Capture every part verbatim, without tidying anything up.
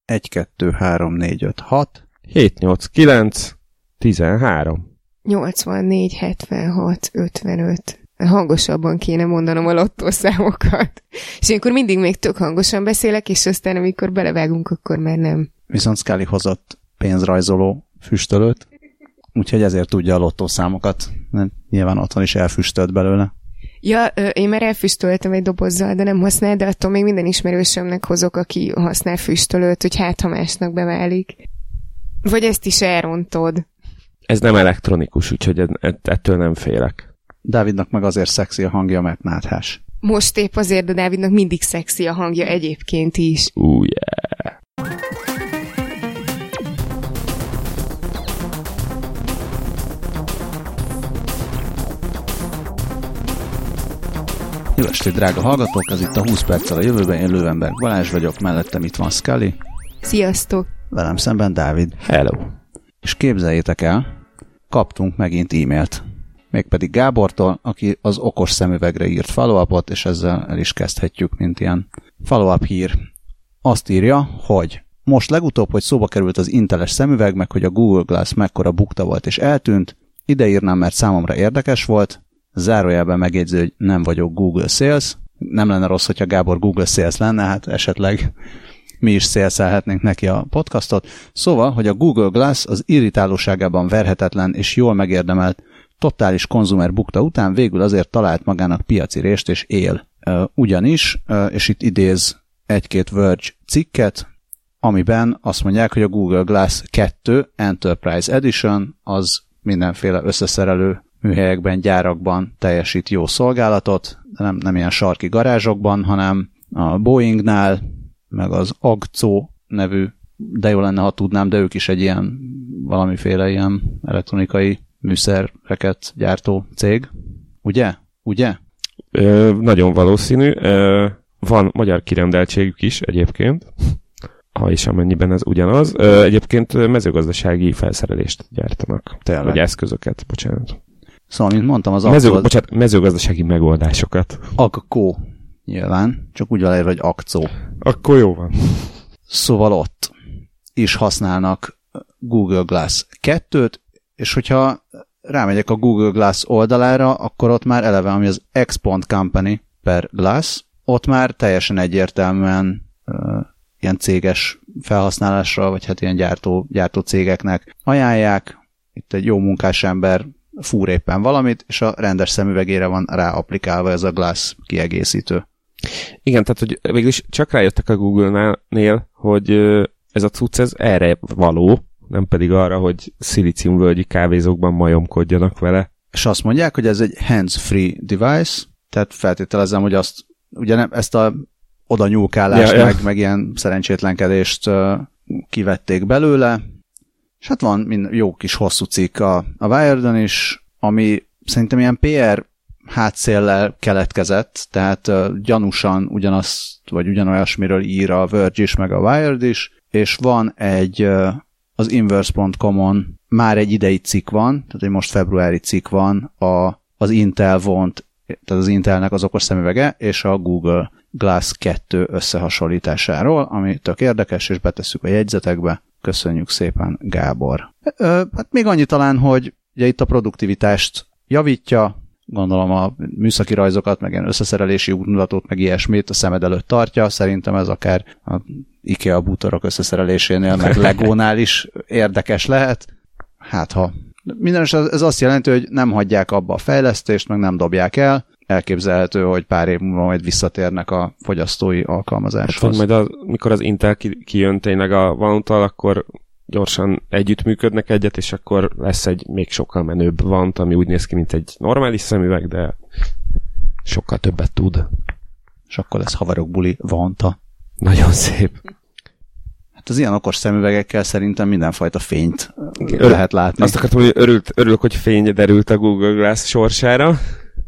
egy kettő három négy öt hat hét nyolc kilenc tizenhárom nyolcvannégy hetvenhat ötvenöt. Hangosabban kéne mondanom a lottószámokat. És akkor mindig még tök hangosan beszélek, és aztán amikor belevágunk, akkor már nem. Viszont Scully hozott pénzrajzoló füstölőt, úgyhogy ezért tudja a lottószámokat. Nyilván otthon is elfüstölt belőle. Ja, én már elfüstöltem egy dobozzal, de nem használ, de attól még minden ismerősömnek hozok, aki használ füstölőt, hogy hát ha másnak beválik. Vagy ezt is elrontod. Ez nem elektronikus, úgyhogy ettől nem félek. Dávidnak meg azért szexi a hangja, mert náthás. Most épp azért, de Dávidnak mindig szexi a hangja egyébként is. Uh, yeah. Jó estét, drága hallgatók! Ez itt a húsz perccel a jövőben. Én Lővenberg Balázs vagyok, mellettem itt van Scully. Sziasztok! Velem szemben Dávid. Hello! És képzeljétek el, kaptunk megint e-mailt. Mégpedig Gábortól, aki az okos szemüvegre írt follow-upot, és ezzel el is kezdhetjük, mint ilyen follow-up hír. Azt írja, hogy most legutóbb, hogy szóba került az Inteles szemüveg, meg hogy a Google Glass mekkora bukta volt és eltűnt, ide írnám, mert számomra érdekes volt, zárójelben megjegyző, hogy nem vagyok Google Sales. Nem lenne rossz, hogyha Gábor Google Sales lenne, hát esetleg mi is szélszelhetnénk neki a podcastot. Szóval, hogy a Google Glass az irritálóságában verhetetlen és jól megérdemelt totális konzumer bukta után végül azért talált magának piaci rést és él. Ugyanis, és itt idéz egy-két Verge cikket, amiben azt mondják, hogy a Google Glass kettő Enterprise Edition az mindenféle összeszerelő műhelyekben, gyárakban teljesít jó szolgálatot, nem, nem ilyen sarki garázsokban, hanem a Boeingnál, meg az á gé cé o nevű, de jó lenne, ha tudnám, de ők is egy ilyen valamiféle ilyen elektronikai műszereket gyártó cég. Ugye? Ugye? Ö, nagyon valószínű. Ö, van magyar kirendeltségük is egyébként, ha és amennyiben ez ugyanaz. Ö, egyébként mezőgazdasági felszerelést gyártanak. Tényleg? Vagy eszközöket, bocsánat. Szóval, mint mondtam, az Mező, aktuál... bocsánat, mezőgazdasági megoldásokat. á gé cé o nyilván, csak úgy van, hogy á gé cé o. Akkor jó van. Szóval ott is használnak Google Glass kettőt, és hogyha rámegyek a Google Glass oldalára, akkor ott már eleve, ami az X Company per Glass, ott már teljesen egyértelműen uh, ilyen céges felhasználásra, vagy hát ilyen gyártó, gyártó cégeknek ajánlják. Itt egy jó munkás ember fúr éppen valamit, és a rendes szemüvegére van ráapplikálva ez a Glass kiegészítő. Igen, tehát hogy végülis csak rájöttek a Google-nél, hogy ez a cucc ez erre való, nem pedig arra, hogy szilíciumvölgyi kávézókban majomkodjanak vele. És azt mondják, hogy ez egy hands-free device, tehát feltételezem, hogy azt, ugye nem, ezt a oda nyúlkálást, ja, meg, ja. meg ilyen szerencsétlenkedést uh, kivették belőle, és hát van mind, jó kis hosszú cikk a, a Wired-on is, ami szerintem ilyen pé er hátszéllel keletkezett, tehát uh, gyanúsan ugyanazt, vagy ugyanolyasmiről ír a Verge is, meg a Wired is, és van egy uh, az inverse pont com-on már egy idei cikk van, tehát egy most februári cikk van a, az Intel vont, tehát az Intelnek az okos szemüvege, és a Google Glass kettő összehasonlításáról, ami tök érdekes, és betesszük a jegyzetekbe. Köszönjük szépen, Gábor. Ö, hát még annyi talán, hogy ugye itt a produktivitást javítja, gondolom a műszaki rajzokat, meg ilyen összeszerelési útmutatót, meg ilyesmit a szemed előtt tartja. Szerintem ez akár a IKEA bútorok összeszerelésénél, meg Legónál is érdekes lehet. Hát ha. Mindenesetre ez azt jelenti, hogy nem hagyják abba a fejlesztést, meg nem dobják el. Elképzelhető, hogy pár év múlva majd visszatérnek a fogyasztói alkalmazáshoz. Hát, majd az, mikor az Intel kijön tényleg a Vantal, akkor gyorsan együttműködnek egyet, és akkor lesz egy még sokkal menőbb Vant, ami úgy néz ki, mint egy normális szemüveg, de sokkal többet tud. És akkor lesz haverok buli Vanta. Nagyon szép. Hát az ilyen okos szemüvegekkel szerintem mindenfajta fényt Örül, lehet látni. Azt akartam, hogy örült, örülök, hogy fény derült a Google Glass sorsára.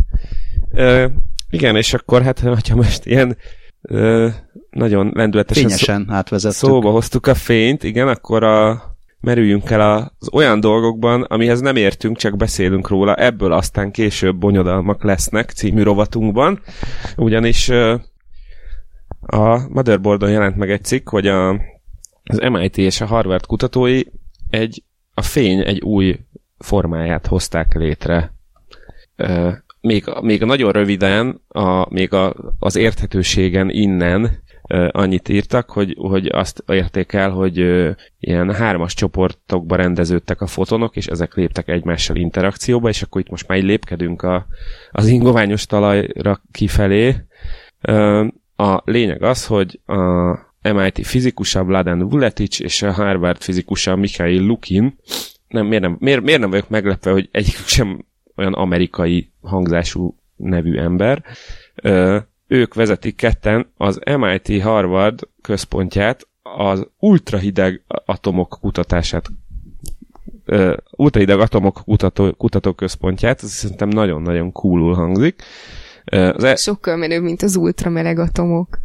Ö, igen, és akkor hát, ha most ilyen ö, nagyon lendületesen fényesen szó, átvezettük. Szóba hoztuk a fényt, igen, akkor a, merüljünk el az olyan dolgokban, amihez nem értünk, csak beszélünk róla, ebből aztán később bonyodalmak lesznek című rovatunkban, ugyanis ö, a Motherboardon jelent meg egy cikk, hogy a az em i té és a Harvard kutatói egy, a fény egy új formáját hozták létre. Még, még nagyon röviden, a, még a, az érthetőségen innen annyit írtak, hogy, hogy azt érték el, hogy ilyen hármas csoportokba rendeződtek a fotonok, és ezek léptek egymással interakcióba, és akkor itt most már így lépkedünk a, az ingoványos talajra kifelé. A lényeg az, hogy a em i té fizikusa Vladan Vuletic és a Harvard fizikusa Mikhail Lukin, nem, miért, nem, miért, miért nem vagyok meglepve, hogy egyikük sem olyan amerikai hangzású nevű ember, ők vezetik ketten az em i té Harvard központját, az ultrahideg atomok kutatását, uh, ultrahideg atomok kutató, kutatóközpontját, ez szerintem nagyon-nagyon coolul hangzik. Uh, az e- Sokkal menőbb, mint az ultrameleg atomok.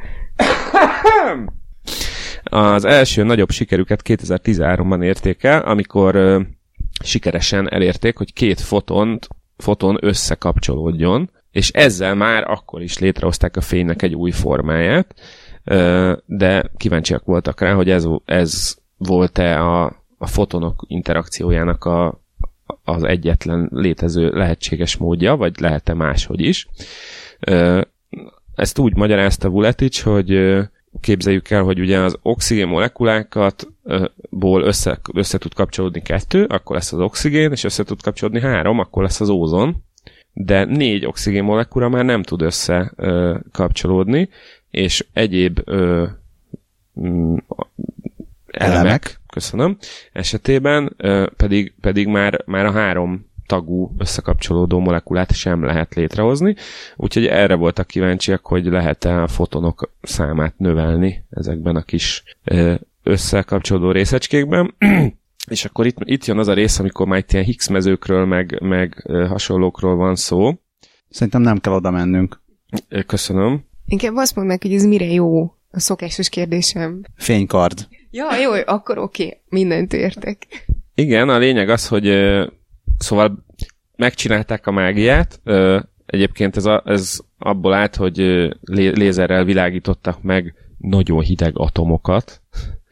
Az első nagyobb sikerüket kétezer-tizenháromban érték el, amikor uh, sikeresen elérték, hogy két fotont, foton összekapcsolódjon, és ezzel már akkor is létrehozták a fénynek egy új formáját, de kíváncsiak voltak rá, hogy ez, ez volt-e a, a fotonok interakciójának a, az egyetlen létező lehetséges módja, vagy lehet-e máshogy is. Ezt úgy magyarázta Vuletic, hogy képzeljük el, hogy ugye az oxigén molekulákatból össze, össze tud kapcsolódni kettő, akkor lesz az oxigén, és össze tud kapcsolódni három, akkor lesz az ózon, de négy oxigén molekula már nem tud össze ö, kapcsolódni, és egyéb ö, m, elemek, elemek, köszönöm, esetében ö, pedig, pedig már, már a három tagú összekapcsolódó molekulát sem lehet létrehozni, úgyhogy erre voltak kíváncsiak, hogy lehet-e a fotonok számát növelni ezekben a kis ö, összekapcsolódó részecskékben. És akkor itt, itt jön az a rész, amikor már itt ilyen Higgs mezőkről, meg, meg hasonlókról van szó. Szerintem nem kell oda mennünk. Köszönöm. Inkább azt mondd meg, hogy ez mire jó, a szokásos kérdésem. Fénykard. Ja, jó, akkor oké, okay. Mindent értek. Igen, a lényeg az, hogy szóval megcsinálták a mágiát. Egyébként ez, a, ez abból állt, hogy lézerrel világítottak meg nagyon hideg atomokat,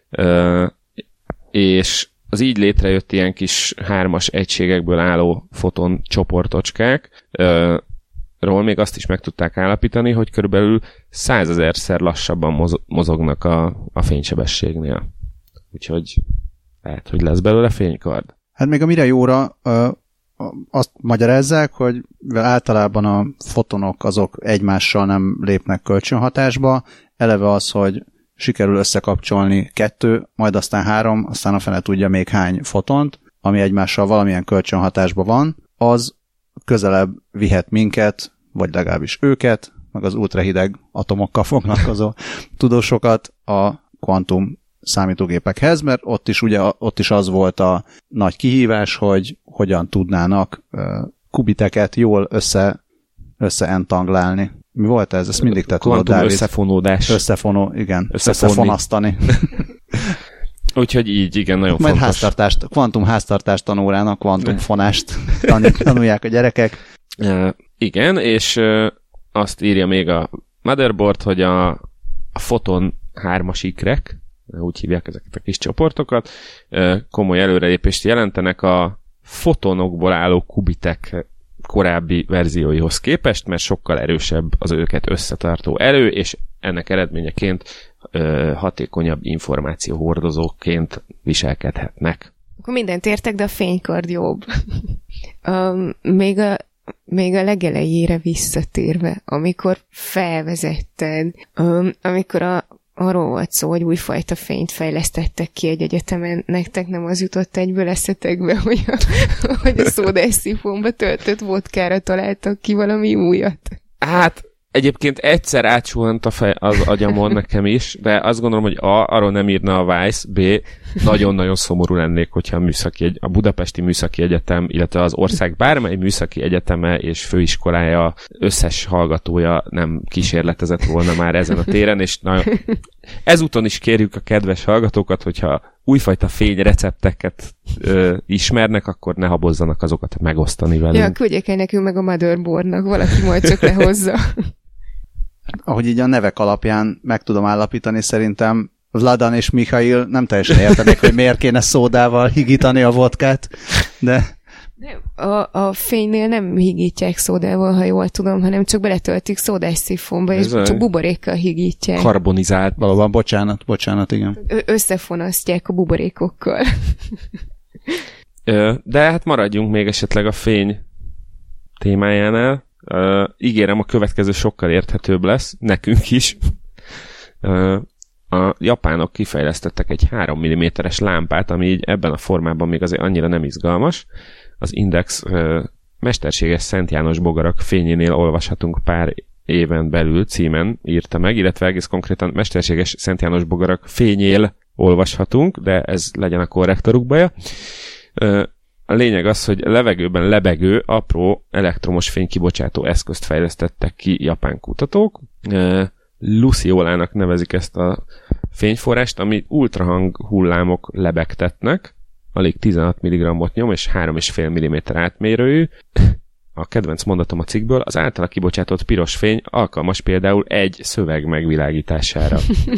és az így létrejött ilyen kis hármas egységekből álló foton csoportocskák, ról még azt is meg tudták állapítani, hogy körülbelül százezerszer lassabban mozognak a, a fénysebességnél. Úgyhogy lehet, hogy lesz belőle fénykard. Hát még a mire jóra ö, azt magyarázzák, hogy általában a fotonok azok egymással nem lépnek kölcsönhatásba, eleve az, hogy sikerül összekapcsolni kettő, majd aztán három, aztán a fene tudja még hány fotont, ami egymással valamilyen kölcsönhatásban van, az közelebb vihet minket, vagy legalábbis őket, meg az ultrahideg atomokkal foglalkozó tudósokat a kvantum számítógépekhez, mert ott is ugye ott is az volt a nagy kihívás, hogy hogyan tudnának kubiteket jól össze, összeentanglálni. Mi volt ez? Ezt mindig te tudod, Dávid. Összefonódás. Összefonó, igen. Összefonasztani. Úgyhogy így, igen, nagyon Majd fontos. háztartást, kvantum háztartást tanórának, kvantumfonást tanulják a gyerekek. Uh, igen, és uh, azt írja még a motherboard, hogy a, a foton hármas ikrek, úgy hívják ezeket a kis csoportokat, uh, komoly előrelépést jelentenek a fotonokból álló kubitek korábbi verzióihoz képest, mert sokkal erősebb az őket összetartó erő, és ennek eredményeként ö, hatékonyabb információhordozóként viselkedhetnek. Akkor mindent értek, de a fénykard jobb. um, még, a, még a legelejére visszatérve, amikor felvezetted, um, amikor a arról volt szó, hogy újfajta fényt fejlesztettek ki egy egyetemen. Nektek nem az jutott egyből eszetekbe, hogy a, hogy a szódaeszifónba töltött vodkára találtak ki valami újat? Hát, egyébként egyszer átsuhant a fej, az agyamon nekem is, de azt gondolom, hogy A, arról nem írna a Vice, B, nagyon-nagyon szomorú lennék, hogyha a, műszaki, a Budapesti Műszaki Egyetem, illetve az ország bármely műszaki egyeteme és főiskolája összes hallgatója nem kísérletezett volna már ezen a téren, és nagyon, ezúton is kérjük a kedves hallgatókat, hogyha újfajta fényrecepteket ö, ismernek, akkor ne habozzanak azokat megosztani velünk. Ja, küldjék el nekünk meg a motherboardnak, valaki majd csak lehozza. Ahogy így a nevek alapján meg tudom állapítani, szerintem Vladan és Mihail nem teljesen értenek, hogy miért kéne szódával higítani a vodkát, de... Nem, a, a fénynél nem higítják szódával, ha jól tudom, hanem csak beletöltik szódás szifonba, és csak buborékkal higítják. Karbonizált. Valóban, bocsánat, bocsánat, igen. Ö- összefonasztják a buborékokkal. De hát maradjunk még esetleg a fény témájánál. Uh, ígérem, a következő sokkal érthetőbb lesz, nekünk is. Uh, a japánok kifejlesztettek egy három milliméteres lámpát, ami így ebben a formában még azért annyira nem izgalmas. Az Index uh, mesterséges Szent János bogarak fényénél olvashatunk pár éven belül címen írta meg, illetve egész konkrétan mesterséges Szent János bogarak fényél olvashatunk, de ez legyen a korrektoruk baja. Uh, A lényeg az, hogy levegőben lebegő, apró elektromos fénykibocsátó eszközt fejlesztettek ki japán kutatók. Luciolának nevezik ezt a fényforrást, ami ultrahang hullámok lebegtetnek, alig tizenhat milligrammot nyom, és három egész öt milliméter átmérőjű. A kedvenc mondatom a cikkből, az általa kibocsátott piros fény alkalmas például egy szöveg megvilágítására.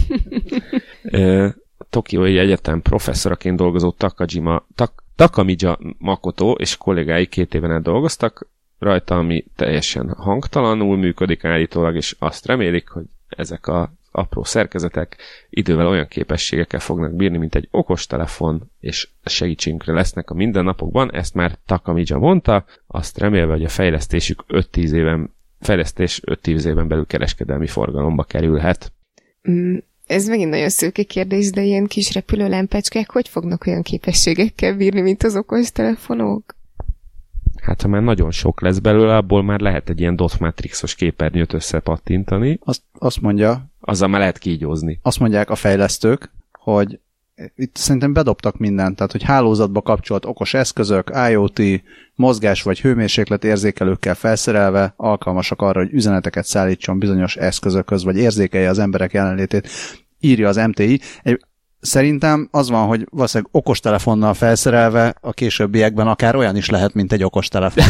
Tokiói Egyetem professzoraként dolgozó Takajima, tak, Takamija Makoto és kollégái két éven át dolgoztak rajta, ami teljesen hangtalanul működik állítólag, és azt remélik, hogy ezek az apró szerkezetek idővel olyan képességekkel fognak bírni, mint egy okostelefon, és segítségünkre lesznek a mindennapokban. Ezt már Takamija mondta, azt remélve, hogy a fejlesztésük öt-tíz éven, fejlesztés öt-tíz éven belül kereskedelmi forgalomba kerülhet. Mm. Ez megint nagyon szőke kérdés, de ilyen kis repülőlámpácskák hogy fognak olyan képességekkel bírni, mint az okostelefonok? Hát, ha már nagyon sok lesz belőle, abból már lehet egy ilyen dot matrixos képernyőt összepattintani. Azt, azt mondja... Azzal már lehet kígyózni. Azt mondják a fejlesztők, hogy itt szerintem bedobtak mindent, tehát hogy hálózatba kapcsolt okos eszközök, IoT, mozgás vagy hőmérséklet érzékelőkkel felszerelve alkalmasak arra, hogy üzeneteket szállítson bizonyos eszközökhöz, vagy érzékelje az emberek jelenlétét, írja az em té i. Szerintem az van, hogy valószínűleg okostelefonnal felszerelve a későbbiekben akár olyan is lehet, mint egy okostelefon.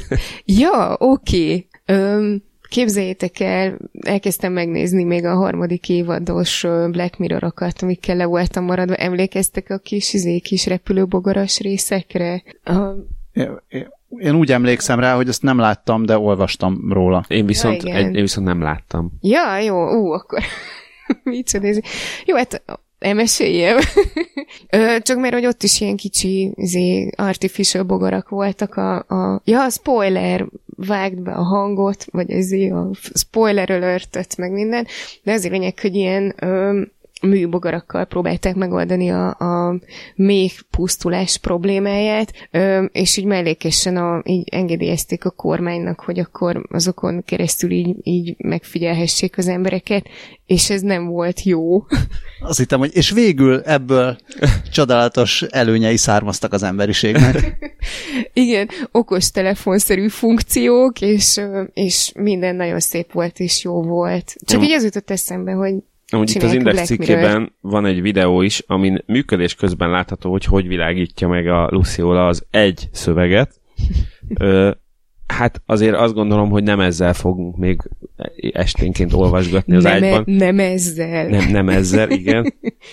Ja, oké. Okay. Képzeljétek el, elkezdtem megnézni még a harmadik évados Black Mirror-okat, amikkel le voltam maradva. Emlékeztek a kis, izé, kis repülőbogaras részekre? A... Én, én úgy emlékszem rá, hogy ezt nem láttam, de olvastam róla. Én viszont, ja, egy, én viszont nem láttam. Ja, jó, ú, akkor micsoda ez. Jó, hát elmeséljem. Csak mert, hogy ott is ilyen kicsi izé, artificial bogarak voltak a, a... Ja, spoiler, vágd be a hangot, vagy ezért a spoiler alertet, meg minden, de az lényeg, hogy ilyen ö, műbogarakkal próbálták megoldani a, a méh pusztulás problémáját, ö, és így mellékesen a, így engedélyezték a kormánynak, hogy akkor azokon keresztül így, így megfigyelhessék az embereket, és ez nem volt jó. Azt hittem, hogy és végül ebből csodálatos előnyei származtak az emberiségnek. Igen, okos telefonszerű funkciók, és, és minden nagyon szép volt, és jó volt. Csak ja. így az jutott eszembe, hogy Amúgy itt az Index cikkében van egy videó is, amin működés közben látható, hogy hogy világítja meg a Luciola az egy szöveget. Ö, hát azért azt gondolom, hogy nem ezzel fogunk még esténként olvasgatni az nem ágyban. E, nem ezzel. Nem, nem ezzel, igen.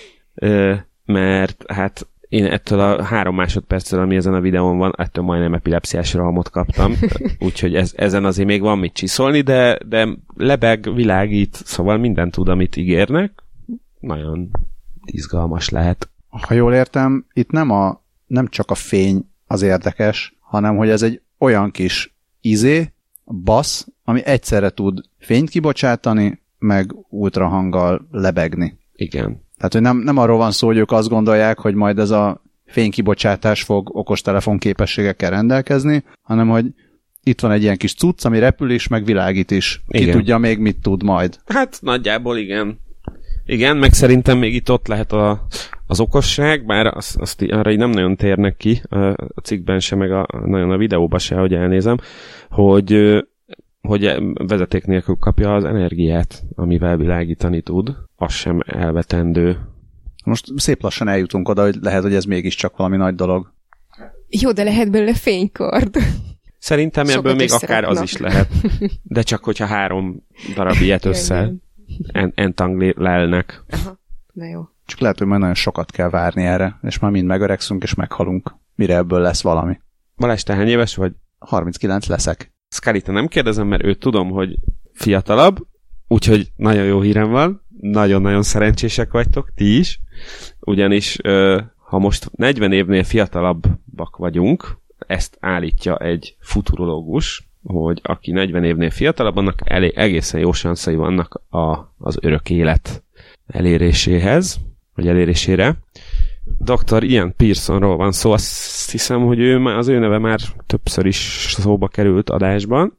Ö, mert hát én ettől a három másodperctől, ami ezen a videón van, ettől majdnem epilepsziás rohamot kaptam, úgyhogy ez, ezen azért még van mit csiszolni, de, de lebeg, világít, szóval mindent tud, amit ígérnek. Nagyon izgalmas lehet. Ha jól értem, itt nem, a, nem csak a fény az érdekes, hanem hogy ez egy olyan kis izé, bassz, ami egyszerre tud fényt kibocsátani, meg ultrahanggal lebegni. Igen. Tehát, hogy nem, nem arról van szó, hogy ők azt gondolják, hogy majd ez a fénykibocsátás fog okostelefon képességekkel rendelkezni, hanem, hogy itt van egy ilyen kis cucc, ami repül is, meg világít is. Ki igen. tudja még, mit tud majd. Hát nagyjából igen. Igen, meg szerintem még itt ott lehet a, az okosság, bár azt, azt arra így nem nagyon térnek ki a cikkben se, meg a, nagyon a videóban se, hogy elnézem, hogy hogy vezeték nélkül kapja az energiát, amivel világítani tud. Az sem elvetendő. Most szép lassan eljutunk oda, hogy lehet, hogy ez mégiscsak valami nagy dolog. Jó, de lehet belőle fénykard. Szerintem sokat ebből még akár az is lehet. De csak, hogyha három darab ilyet össze en- entanglelnek. Aha, na jó. Csak lehet, hogy majd nagyon sokat kell várni erre, és már mind megöregszünk, és meghalunk, mire ebből lesz valami. Balázs, te hány éves vagy? harminckilenc leszek. Scully, te nem kérdezem, mert őt tudom, hogy fiatalabb, úgyhogy nagyon jó hírem van, nagyon-nagyon szerencsések vagytok, ti is, ugyanis ha most negyven évnél fiatalabbak vagyunk, ezt állítja egy futurológus, hogy aki negyven évnél fiatalabb, annak elég, egészen jó sanszai vannak a, az örök élet eléréséhez, vagy elérésére. doktor Ian Pearsonról van szó, azt hiszem, hogy ő, az ő neve már többször is szóba került adásban.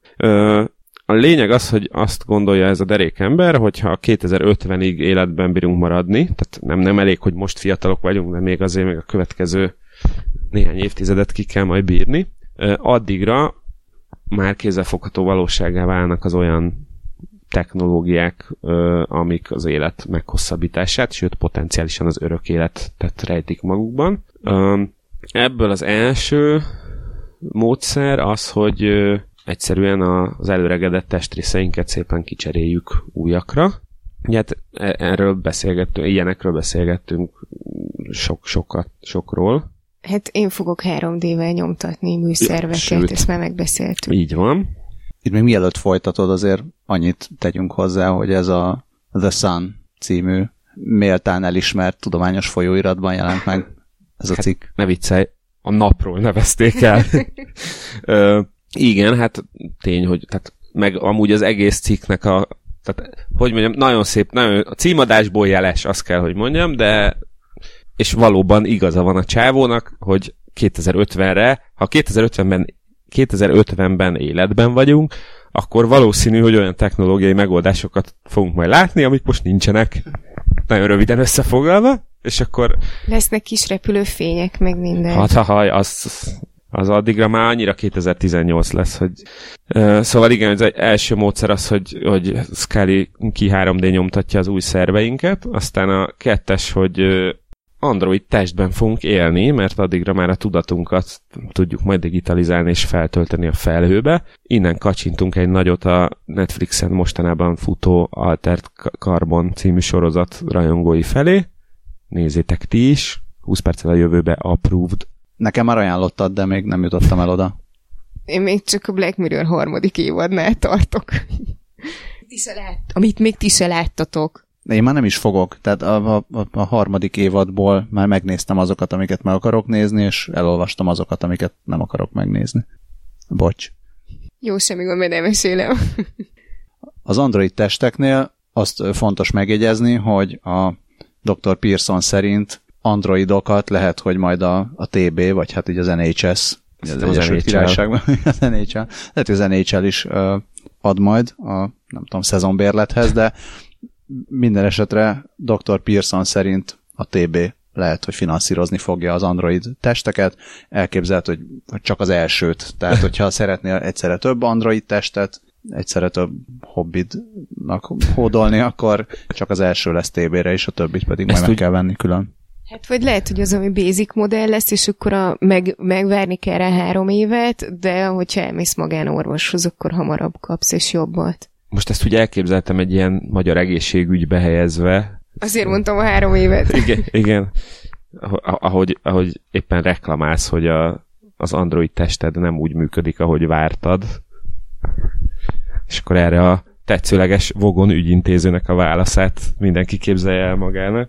A lényeg az, hogy azt gondolja ez a derék ember, hogyha kétezer-ötvenig életben bírunk maradni, tehát nem, nem elég, hogy most fiatalok vagyunk, de még azért még a következő néhány évtizedet ki kell majd bírni, addigra már kézzelfogható valósággá válnak az olyan technológiák, amik az élet meghosszabbítását, sőt potenciálisan az örök életet rejtik magukban. Ebből az első módszer az, hogy egyszerűen az előregedett testrészeinket szépen kicseréljük újakra. Ugye hát erről beszélgettünk, ilyenekről beszélgettünk sok, sokat, sokról. Hát én fogok három dé-vel nyomtatni műszerveket, Sőt, ezt már megbeszéltük. Így van. Itt még mielőtt folytatod, azért annyit tegyünk hozzá, hogy ez a The Sun című méltán elismert tudományos folyóiratban jelent meg ez a cikk. Hát, ne viccelj, a napról nevezték el. Ö, igen, hát tény, hogy tehát, meg amúgy az egész cikknek a tehát, hogy mondjam, nagyon szép, nagyon, a címadásból jeles, azt kell, hogy mondjam, de és valóban igaza van a csávónak, hogy kétezer-ötvenre, ha kétezer-ötvenben, kétezer-ötvenben életben vagyunk, akkor valószínű, hogy olyan technológiai megoldásokat fogunk majd látni, amik most nincsenek. Nagyon röviden összefoglalva, és akkor... Lesznek kis repülőfények, meg minden. Hát, ha, az, az addigra már annyira kétezer-tizennyolc lesz, hogy... Uh, szóval igen, az első módszer az, hogy, hogy Scully ki három dé nyomtatja az új szerveinket, aztán a kettes, hogy Android testben fogunk élni, mert addigra már a tudatunkat tudjuk majd digitalizálni és feltölteni a felhőbe. Innen kacsintunk egy nagyot a Netflixen mostanában futó Altered Carbon című sorozat rajongói felé. Nézzétek ti is, húsz perccel a jövőbe approved. Nekem már ajánlottad, de még nem jutottam el oda. Én még csak a Black Mirror harmadik évadnál tartok. Amit még ti se láttatok. Én már nem is fogok, tehát a, a, a harmadik évadból már megnéztem azokat, amiket meg akarok nézni, és elolvastam azokat, amiket nem akarok megnézni. Bocs. Jó, semmi gond, mert nem mesélem. Az Android testeknél azt fontos megjegyezni, hogy a doktor Pearson szerint androidokat lehet, hogy majd a, a té bé, vagy hát így az en há es, az Egyesült Királyságban, az en há el, lehet, hogy az en há el is uh, ad majd a, nem tudom, szezonbérlethez, de minden esetre doktor Pearson szerint a té bé lehet, hogy finanszírozni fogja az Android testeket. Elképzelhető, hogy csak az elsőt. Tehát, hogyha szeretnél egyszerre több Android testet, egyszerre több hobbidnak hódolni, akkor csak az első lesz té bére, és a többit pedig majd meg úgy kell venni külön. Hát vagy lehet, hogy az, ami basic modell lesz, és akkor a, meg, megvárni kell rá három évet, de hogyha elmész magánorvoshoz, akkor hamarabb kapsz, és jobbat. Most ezt úgy elképzeltem egy ilyen magyar egészségügybe helyezve. Azért mondtam a három évet. Igen, igen. Ahogy, ahogy éppen reklamálsz, hogy a, az Android tested nem úgy működik, ahogy vártad. És akkor erre a tetszőleges Vogon ügyintézőnek a válaszát mindenki képzelje el magának.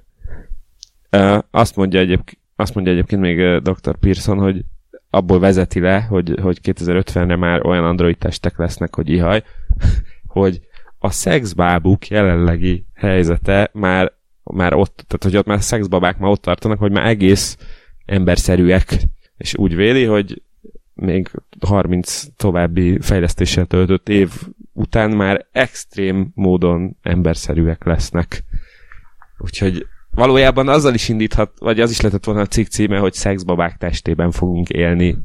Azt mondja, egyéb, azt mondja egyébként még doktor Pearson, hogy abból vezeti le, hogy, hogy kétezer-ötvenre már olyan Android testek lesznek, hogy ihaj, hogy a szexbábuk jelenlegi helyzete már, már ott, tehát hogy ott már szexbabák már ott tartanak, hogy már egész emberszerűek, és úgy véli, hogy még harminc további fejlesztéssel töltött év után már extrém módon emberszerűek lesznek. Úgyhogy valójában azzal is indíthat, vagy az is lehetett volna a cikk címe, hogy szexbabák testében fogunk élni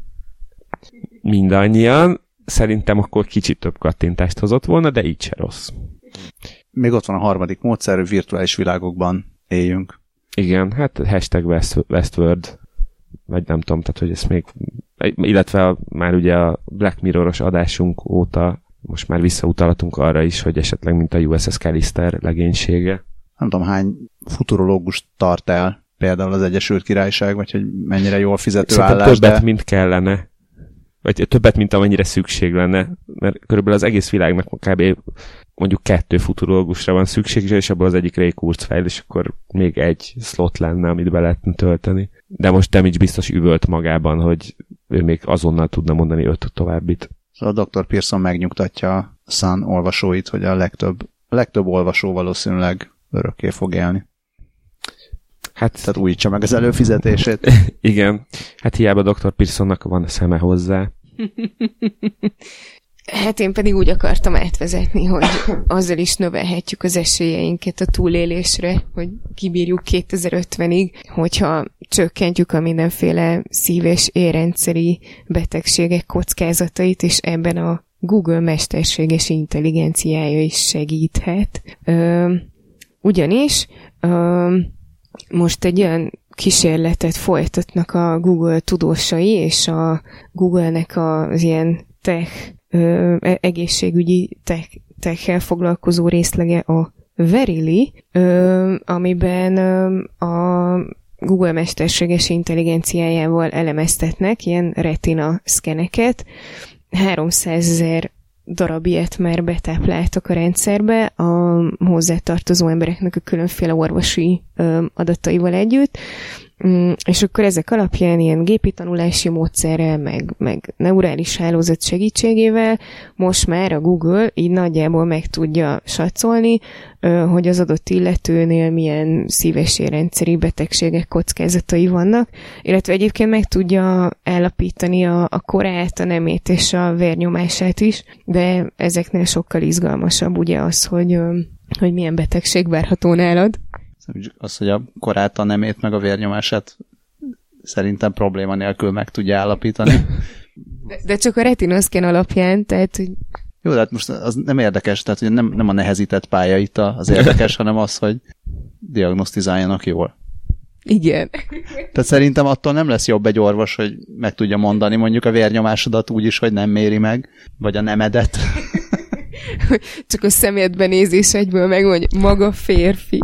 mindannyian. Szerintem akkor kicsit több kattintást hozott volna, de így se rossz. Még ott van a harmadik módszer, hogy virtuális világokban éljünk. Igen, hát hashtag West, Westworld, vagy nem tudom, tehát hogy ez még, illetve a, már ugye a Black Mirror-os adásunk óta most már visszautalatunk arra is, hogy esetleg mint a u es es Callister legénysége. nem tudom hány futurológust tart el például az Egyesült Királyság, vagy hogy mennyire jól fizető Szerintem állás. többet, de... mint kellene. Vagy többet, mint amennyire szükség lenne. Mert körülbelül az egész világnak kb. Mondjuk kettő futurológusra van szükség, és abból az egyik Ray Kurzweil, és akkor még egy slot lenne, amit be lehetne tölteni. De most Damage biztos üvölt magában, hogy ő még azonnal tudna mondani öt továbbit. Szóval a doktor Pearson megnyugtatja a Sun olvasóit, hogy a legtöbb, a legtöbb olvasó valószínűleg örökké fog élni. Hát, tehát újítsa meg az előfizetését. Igen. Hát hiába doktor Pearsonnak van szeme hozzá. Hát én pedig úgy akartam átvezetni, hogy azzal is növelhetjük az esélyeinket a túlélésre, hogy kibírjuk kétezer-ötvenig, hogyha csökkentjük a mindenféle szív- és érrendszeri betegségek kockázatait, és ebben a Google mesterséges intelligenciája is segíthet. Ö, ugyanis ö, most egy olyan kísérletet folytatnak a Google tudósai, és a Google-nek az ilyen tech, ö, egészségügyi tech, tech-el foglalkozó részlege a Verily, ö, amiben ö, a Google mesterséges intelligenciájával elemeztetnek ilyen retina szkeneket. háromszázezer darab ilyet már betápláltak a rendszerbe a hozzátartozó embereknek a különféle orvosi ö, adataival együtt, mm, és akkor ezek alapján ilyen gépi tanulási módszerrel, meg, meg neurális hálózat segítségével most már a Google így nagyjából meg tudja satszolni, ö, hogy az adott illetőnél milyen szív- és érrendszeri betegségek kockázatai vannak, illetve egyébként meg tudja állapítani a, a korát, a nemét és a vérnyomását is, de ezeknél sokkal izgalmasabb ugye az, hogy, ö, hogy milyen betegség várható nálad. Az, hogy a korát, a nemét, meg a vérnyomását szerintem probléma nélkül meg tudja állapítani. De, de csak a retinaszken alapján, tehát... Hogy... Jó, de hát most az nem érdekes, tehát hogy nem, nem a nehezített pálya itt az érdekes, hanem az, hogy diagnosztizáljanak jól. Igen. Tehát szerintem attól nem lesz jobb egy orvos, hogy meg tudja mondani mondjuk a vérnyomásodat úgy is, hogy nem méri meg, vagy a nemedet. Csak a szemedbe nézés egyből megmondja, maga férfi.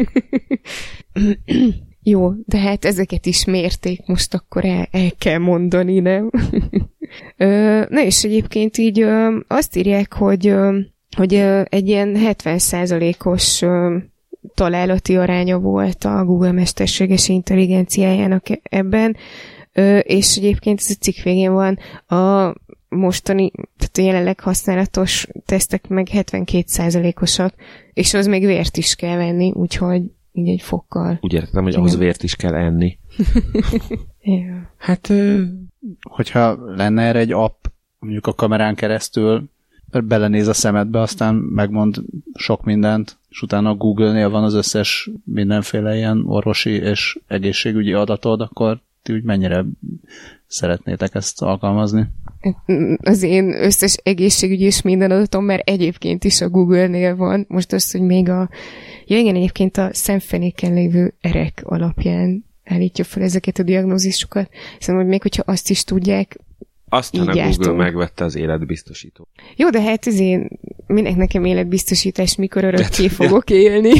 Jó, de hát ezeket is mérték, most akkor el, el kell mondani, nem? Na és egyébként így azt írják, hogy, hogy egy ilyen hetven százalékos találati aránya volt a Google mesterséges intelligenciájának ebben, és egyébként ez a cikk végén van a mostani, tehát a jelenleg használatos tesztek meg hetvenkét százalékosak, és az még vért is kell venni, úgyhogy így egy fokkal. Úgy értem, hogy ahhoz vért is kell enni. Ja. Hát, hogyha lenne erre egy app, mondjuk a kamerán keresztül, belenéz a szemedbe, aztán megmond sok mindent, és utána a Google-nél van az összes mindenféle ilyen orvosi és egészségügyi adatod, akkor ti úgy mennyire szeretnétek ezt alkalmazni? Az én összes egészségügyi és minden adatom már egyébként is a Google-nél van. Most az, hogy még a... Ja igen, egyébként a szemfenéken lévő erek alapján állítja fel ezeket a diagnózisokat. Szóval, hogy még hogyha azt is tudják, aztán a Google jártunk. Megvette az életbiztosító. Jó, de hát ezért minek nekem életbiztosítás, mikor örökké fogok élni.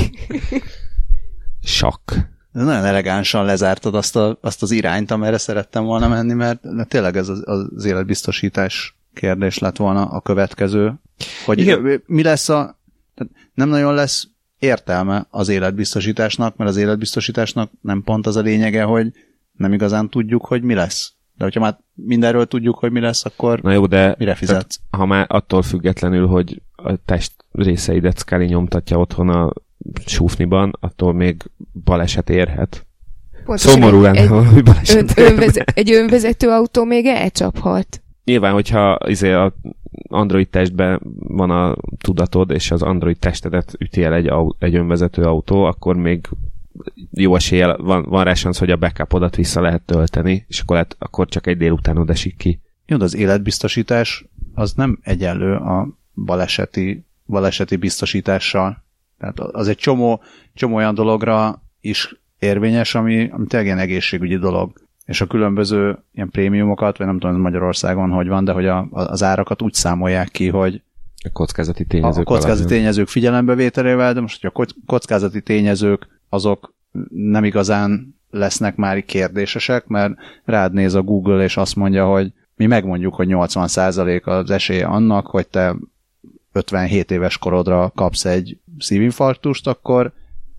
Sakk. De nagyon elegánsan lezártad azt, a, azt az irányt, amerre szerettem volna menni, mert tényleg ez az, az életbiztosítás kérdés lett volna a következő. Hogy igen. Mi lesz a... Nem nagyon lesz értelme az életbiztosításnak, mert az életbiztosításnak nem pont az a lényege, hogy nem igazán tudjuk, hogy mi lesz. De hogyha már mindenről tudjuk, hogy mi lesz, akkor na jó, de mire fizetsz? Ha már attól függetlenül, hogy a test részeidet Scully nyomtatja otthon a súfniban, attól még baleset érhet. Pontosan szomorú lenne, hogy baleset ön, önvezet, egy önvezető autó még elcsaphat. Nyilván, hogyha izé a Android testben van a tudatod, és az Android testedet üti el egy, egy önvezető autó, akkor még jó eséllyel van, van rá szansz, hogy a backupodat vissza lehet tölteni, és akkor, lehet, akkor csak egy délutánod esik ki. Jó, de az életbiztosítás az nem egyenlő a baleseti, baleseti biztosítással. Tehát az egy csomó, csomó olyan dologra is érvényes, ami, ami tényleg ilyen egészségügyi dolog. És a különböző ilyen prémiumokat, vagy nem tudom, Magyarországon hogy van, de hogy a, az árakat úgy számolják ki, hogy A kockázati tényezők. A kockázati alapján. tényezők figyelembevételével, de most, hogy a kockázati tényezők azok nem igazán lesznek már kérdésesek, mert rád néz a Google, és azt mondja, hogy mi megmondjuk, hogy nyolcvan százalék az esélye annak, hogy te ötvenhét éves korodra kapsz egy szívinfarktust, akkor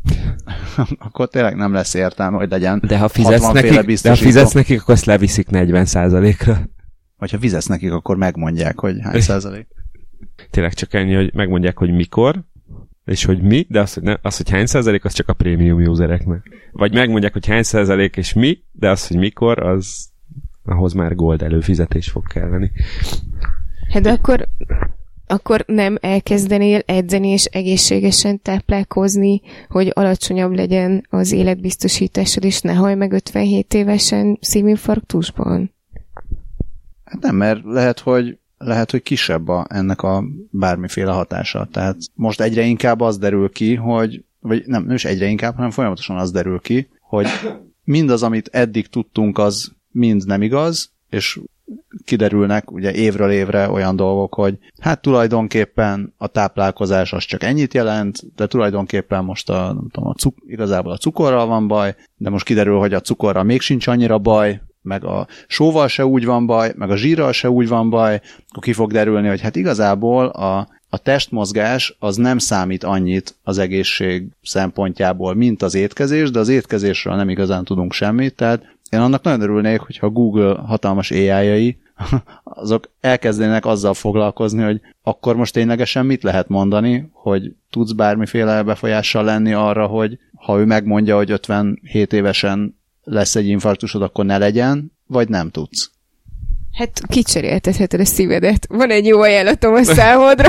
akkor tényleg nem lesz értelme, hogy legyen de ha fizetsz nekik, de ha fizetsz nekik, akkor ezt leviszik negyven százalékra. Vagy ha fizetsz nekik, akkor megmondják, hogy hány százalék. Tényleg csak ennyi, hogy megmondják, hogy mikor, és hogy mi, de az, hogy, ne, az, hogy hány százalék, az csak a prémium usereknek. Vagy megmondják, hogy hány százalék és mi, de az, hogy mikor, az ahhoz már gold előfizetés fog kelleni. Hát de akkor, akkor nem elkezdenél edzeni és egészségesen táplálkozni, hogy alacsonyabb legyen az életbiztosításod, és ne hallj meg ötvenhét évesen szívinfarktusban? Hát nem, mert lehet, hogy lehet, hogy kisebb a, ennek a bármiféle hatása. Tehát most egyre inkább az derül ki, hogy, vagy nem, nem is egyre inkább, hanem folyamatosan az derül ki, hogy mindaz, amit eddig tudtunk, az mind nem igaz, és kiderülnek ugye évről évre olyan dolgok, hogy hát tulajdonképpen a táplálkozás az csak ennyit jelent, de tulajdonképpen most a, nem tudom, a cuk- igazából a cukorral van baj, de most kiderül, hogy a cukorral még sincs annyira baj, meg a sóval se úgy van baj, meg a zsírral se úgy van baj, akkor ki fog derülni, hogy hát igazából a, a testmozgás az nem számít annyit az egészség szempontjából, mint az étkezés, de az étkezésről nem igazán tudunk semmit, tehát én annak nagyon örülnék, hogyha a Google hatalmas á í-jai azok elkezdenek azzal foglalkozni, hogy akkor most ténylegesen mit lehet mondani, hogy tudsz bármiféle befolyással lenni arra, hogy ha ő megmondja, hogy ötvenhét évesen lesz egy infarktusod, akkor ne legyen, vagy nem tudsz? Hát kicseréltetheted a szívedet. Van egy jó ajánlatom a számodra.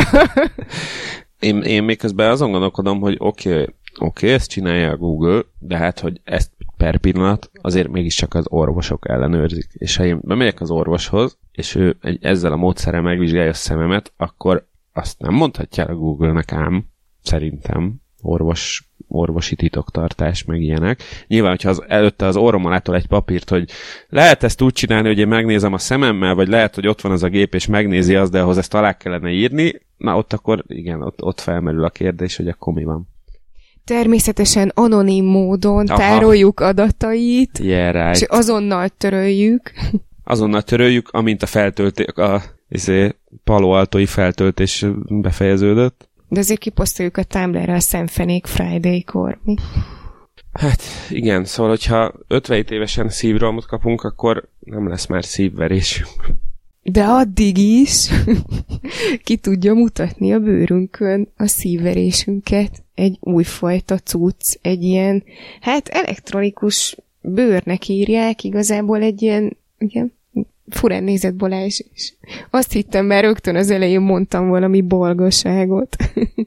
én, én még közben azon gondolkodom, hogy oké, okay, oké, okay, ezt csinálja a Google, de hát, hogy ezt per pillanat azért mégiscsak az orvosok ellenőrzik. És ha én bemegyek az orvoshoz, és ő egy, ezzel a módszerrel megvizsgálja a szememet, akkor azt nem mondhatja a Google-nek ám, szerintem, orvos, orvosi titoktartás, meg ilyenek. Nyilván, hogyha az, előtte az orrommal látol egy papírt, hogy lehet ezt úgy csinálni, hogy én megnézem a szememmel, vagy lehet, hogy ott van az a gép, és megnézi azt, de ahhoz ezt alá kellene írni, na ott akkor, igen, ott, ott felmerül a kérdés, hogy akkor mi van. Természetesen anonim módon Aha. tároljuk adatait, yeah, right. és azonnal töröljük. Azonnal töröljük, amint a feltöltés, a izé, Palo Altói feltöltés befejeződött. De azért kiposztoljuk a Tumblr-ra a Szemfenék Friday-kor. Mi? Hát igen, szóval, hogyha ötvenhét évesen szívrohamot kapunk, akkor nem lesz már szívverésünk. De addig is ki tudja mutatni a bőrünkön a szívverésünket. Egy újfajta cucc, egy ilyen, hát elektronikus bőrnek írják, igazából egy ilyen, igen, furán nézett Balázs is. Azt hittem, már rögtön az elején mondtam valami bolgaságot.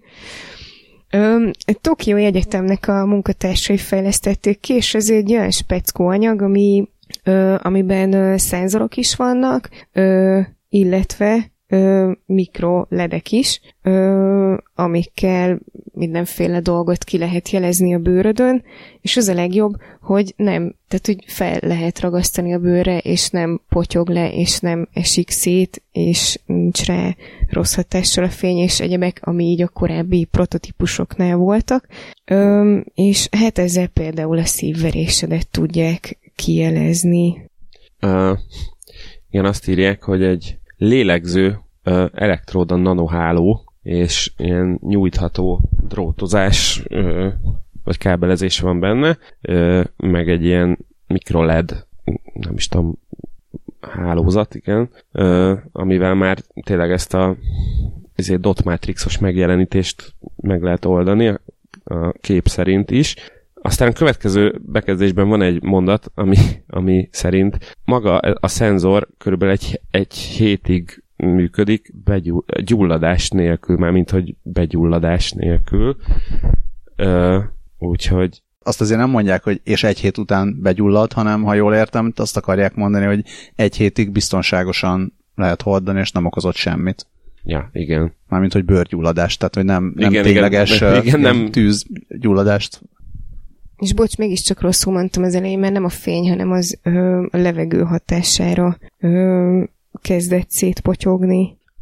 Tokiói Egyetemnek a munkatársai fejlesztették ki, és ez egy olyan speckó anyag, ami, ö, amiben ö, szenzorok is vannak, ö, illetve ö, mikroledek is, ö, amikkel mindenféle dolgot ki lehet jelezni a bőrödön, és az a legjobb, hogy nem, tehát hogy fel lehet ragasztani a bőrre, és nem potyog le, és nem esik szét, és nincs rá rossz hatással a fény, és egyebek, ami így a korábbi prototípusoknál voltak. Öm, és hát ezzel például a szívverésedet tudják kijelezni. Uh, igen, azt írják, hogy egy lélegző uh, elektróda nanoháló, és ilyen nyújtható drótozás uh, vagy kábelezés van benne, uh, meg egy ilyen mikroled, nem is tudom, hálózat, igen, uh, amivel már tényleg ezt a ezért dot matrixos megjelenítést meg lehet oldani a, a kép szerint is. Aztán a következő bekezdésben van egy mondat, ami, ami szerint maga a szenzor körülbelül egy, egy hétig működik begyull, gyulladás nélkül, mármint hogy begyulladás nélkül. Uh, úgyhogy azt azért nem mondják, hogy és egy hét után begyullad, hanem ha jól értem, azt akarják mondani, hogy egy hétig biztonságosan lehet hordani, és nem okozott semmit. Ja, igen. Mármint, hogy bőrgyulladás, tehát hogy nem, nem igen, tényleges igen, igen, nem tűzgyulladást. És bocs, mégiscsak rosszul mondtam az elején, mert nem a fény, hanem az ö, a levegő hatására ö, kezdett szétpotyogni.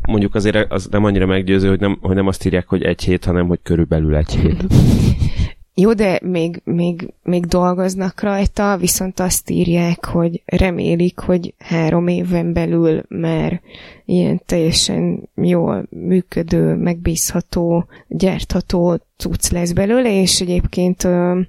mondjuk azért az nem annyira meggyőző, hogy nem, hogy nem azt írják, hogy egy hét, hanem hogy körülbelül egy hét. Jó, de még, még, még dolgoznak rajta, viszont azt írják, hogy remélik, hogy három éven belül már ilyen teljesen jól működő, megbízható, gyártható cucc lesz belőle, és egyébként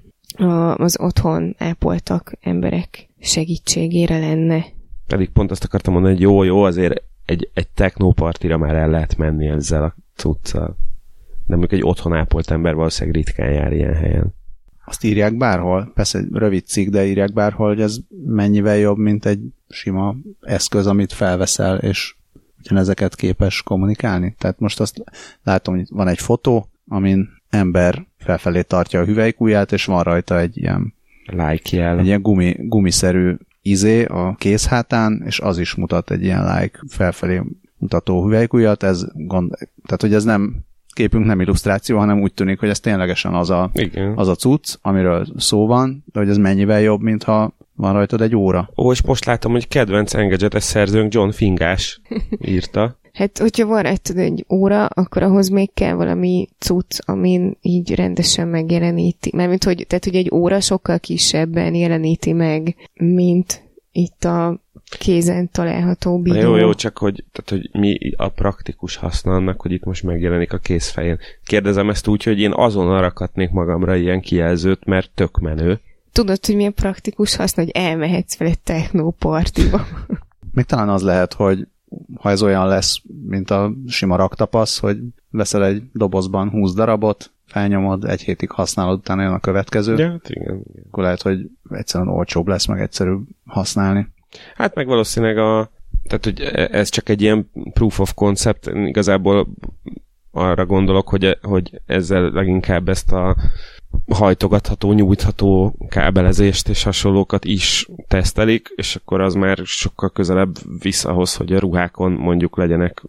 az otthon ápoltak emberek segítségére lenne. Pedig pont azt akartam mondani, hogy jó, jó, azért egy, egy technópartira már el lehet menni ezzel a cuccal. De mondjuk egy otthon ápolt ember valószínűleg ritkán jár ilyen helyen. Azt írják bárhol, persze egy rövid cikk, de írják bárhol, hogy ez mennyivel jobb, mint egy sima eszköz, amit felveszel, és ugyanezeket képes kommunikálni. Tehát most azt látom, hogy van egy fotó, amin ember felfelé tartja a hüvelykujját, és van rajta egy ilyen, like jel. Egy ilyen gumi, gumiszerű izé a kézhátán, és az is mutat egy ilyen like felfelé mutató hüvelykujjat. Ez gond, tehát, hogy ez nem képünk nem illusztráció, hanem úgy tűnik, hogy ez ténylegesen az a, az a cucc, amiről szó van, de hogy ez mennyivel jobb, mintha van rajtad egy óra. Ó, és most látom, hogy kedvenc Engadget-es szerzőnk John Fingás írta. Hát, hogyha van rajtad egy óra, akkor ahhoz még kell valami cucc, amin így rendesen megjeleníti. Mármint, hogy, tehát, hogy egy óra sokkal kisebben jeleníti meg, mint itt a kézen található bidó. Jó, jó, csak hogy, tehát, hogy mi a praktikus haszna annak, hogy itt most megjelenik a kézfején. Kérdezem ezt úgy, hogy én azonnal rakatnék magamra ilyen kijelzőt, mert tök menő. Tudod, hogy milyen praktikus haszna, hogy elmehetsz vele technópartiba. Még talán az lehet, hogy ha ez olyan lesz, mint a sima raktapasz, hogy veszel egy dobozban húsz darabot, felnyomod, egy hétig használod, utána jön a következő. Ja, hát igen, igen. Akkor lehet, hogy egyszerűen olcsóbb lesz, meg egyszerűbb használni. Hát meg valószínűleg a, tehát, hogy ez csak egy ilyen proof of concept, igazából arra gondolok, hogy, hogy ezzel leginkább ezt a hajtogatható, nyújtható kábelezést és hasonlókat is tesztelik, és akkor az már sokkal közelebb visz ahhoz, hogy a ruhákon mondjuk legyenek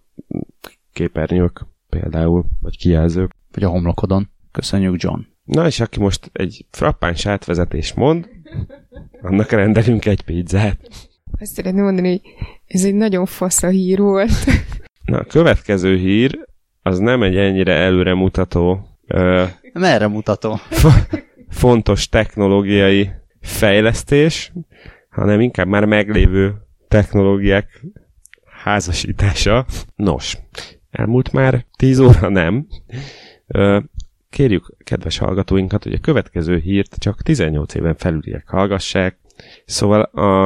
képernyők például, vagy kijelzők. Vagy a homlokodon. Köszönjük, John. Na, és aki most egy frappáns átvezetést mond, annak rendelünk egy pizzát. Azt szeretném mondani, hogy ez egy nagyon fasz a hír volt. Na, a következő hír az nem egy ennyire előremutató ö, merre mutató? F- fontos technológiai fejlesztés, hanem inkább már meglévő technológiák házasítása. Nos, elmúlt már tíz óra, nem. Ö, kérjük kedves hallgatóinkat, hogy a következő hírt csak tizennyolc éven felüliek hallgassák. Szóval a,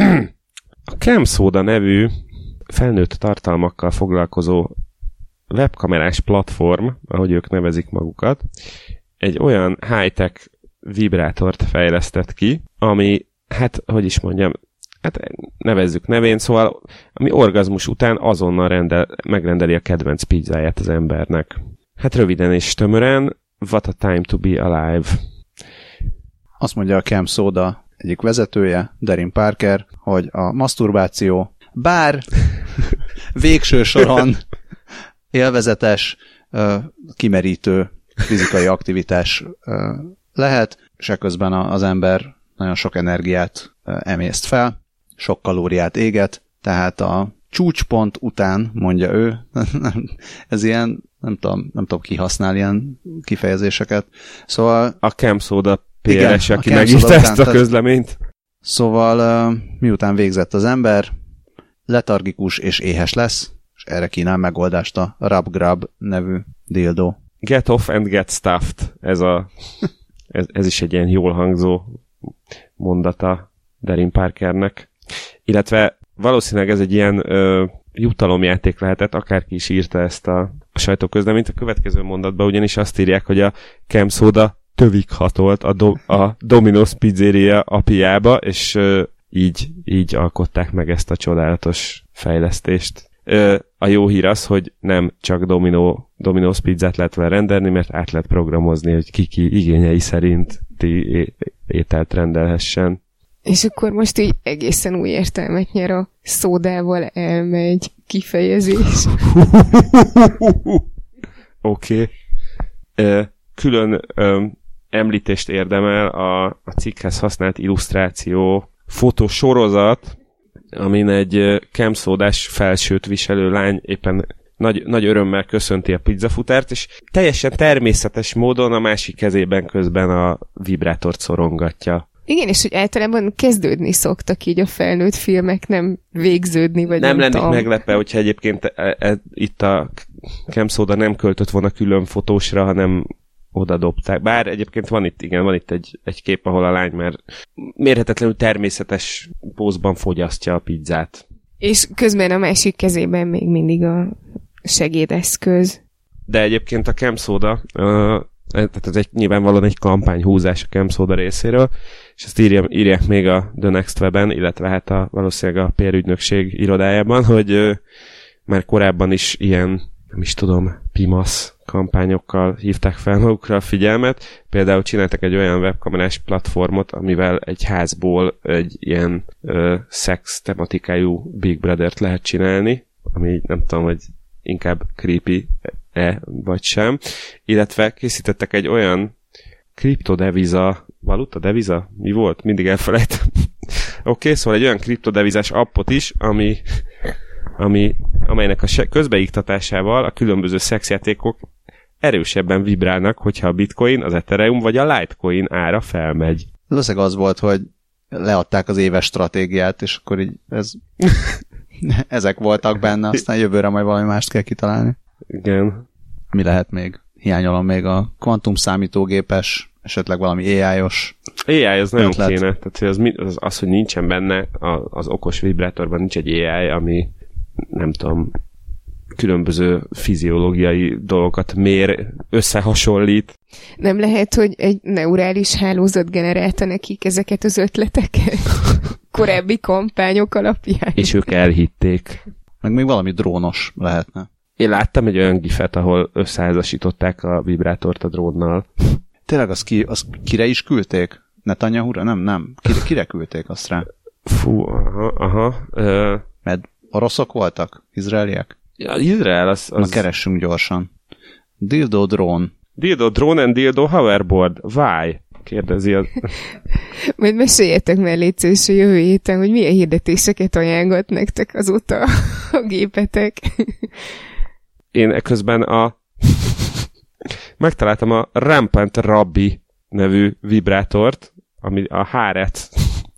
a CamSoda nevű felnőtt tartalmakkal foglalkozó webkamerás platform, ahogy ők nevezik magukat, egy olyan high-tech vibrátort fejlesztett ki, ami, hát, hogy is mondjam, hát nevezzük nevén, szóval ami orgazmus után azonnal rendel, megrendeli a kedvenc pizzáját az embernek. Hát röviden és tömören, what a time to be alive. Azt mondja a CamSoda egyik vezetője, Darin Parker, hogy a maszturbáció bár végső soron élvezetes, kimerítő fizikai aktivitás lehet, és ekközben az ember nagyon sok energiát emészt fel, sok kalóriát éget, tehát a csúcspont után, mondja ő, ez ilyen, nem tudom, nem tudom kihasználni ilyen kifejezéseket. Szóval... A CamSoda pé er es, aki megírta ezt a közleményt. Szóval miután végzett az ember, letargikus és éhes lesz, és erre kínál megoldást a Rub Grub nevű dildo. Get off and get stuffed. Ez, a, ez, ez is egy ilyen jól hangzó mondata Darin Parkernek. Illetve valószínűleg ez egy ilyen ö, jutalomjáték lehetett, akárki is írta ezt a, a sajtóközleményt. A következő mondatban ugyanis azt írják, hogy a CamSoda tövig hatolt a, do, a Domino's Pizzeria apiába, és ö, így, így alkották meg ezt a csodálatos fejlesztést. Ö, a jó hír az, hogy nem csak Domino, Domino's pizzát lehet vele rendelni, mert át lehet programozni, hogy ki-ki igényei szerint ti é- ételt rendelhessen. És akkor most így egészen új értelmet nyer a szódával elmegy kifejezés. Oké. Okay. Külön ö, említést érdemel a, a cikkhez használt illusztráció fotósorozat, amin egy CamSodás felsőt viselő lány éppen nagy, nagy örömmel köszönti a pizzafutárt, és teljesen természetes módon a másik kezében közben a vibrátort szorongatja. Igen, és hogy általában kezdődni szoktak így a felnőtt filmek, nem végződni, vagy nem, nem lennék tudom. meglepve, hogyha egyébként e, e, itt a Camp Soda nem költött volna külön fotósra, hanem oda dobták. Bár egyébként van itt, igen, van itt egy, egy kép, ahol a lány már mérhetetlenül természetes pózban fogyasztja a pizzát. És közben a másik kezében még mindig a segédeszköz. De egyébként a Camp Soda, uh, tehát ez egy, nyilvánvalóan egy kampányhúzás a Camp Soda részéről, és ezt írja, írják még a The Next Weben, illetve hát a, valószínűleg a pé er ügynökség irodájában, hogy uh, már korábban is ilyen, nem is tudom, pimasz kampányokkal hívták fel magukra a figyelmet. Például csináltak egy olyan webkamerás platformot, amivel egy házból egy ilyen uh, szex tematikájú Big Brother-t lehet csinálni, ami nem tudom, hogy inkább creepy-e vagy sem. Illetve készítettek egy olyan kriptodeviza, valuta, deviza? Mi volt? Mindig elfelejtem. Oké, okay, szóval egy olyan kriptodevizás appot is, ami, ami, amelynek a közbeiktatásával a különböző szexjátékok erősebben vibrálnak, hogyha a bitcoin, az Ethereum vagy a Litecoin ára felmegy. Valószínűleg az volt, hogy leadták az éves stratégiát, és akkor így ez... ezek voltak benne, aztán jövőre majd valami mást kell kitalálni. Igen. Mi lehet még? Hiányolom még a kvantum számítógépes, esetleg valami á í-os. á í az nagyon ötlet. Kéne. Tehát az, az, az, hogy nincsen benne az okos vibrátorban nincs egy á í, ami nem tudom, különböző fiziológiai dolgokat mér, összehasonlít. Nem lehet, hogy egy neurális hálózat generálta nekik ezeket az ötleteket? Korábbi kampányok alapján. És ők elhitték. Meg még valami drónos lehetne. Én láttam egy olyan gifet, ahol összeházasították a vibrátort a drónnal. Tényleg az, ki, az kire is küldték? Netanyahura? Nem, nem. Kire, kire küldték azt rá? Fú, aha, aha. Ö... Mert oroszok voltak? Izraeliek? Ja, Izrael, az... az... Na, keressünk gyorsan. Dildo drone. Dildo drone and dildo hoverboard. Why? Kérdezi az... Majd meséljetek már létszős a jövő héten, hogy milyen hirdetéseket ajánlott nektek azóta a gépetek. Én közben a... megtaláltam a Rampant Rabbi nevű vibrátort, ami a Hárec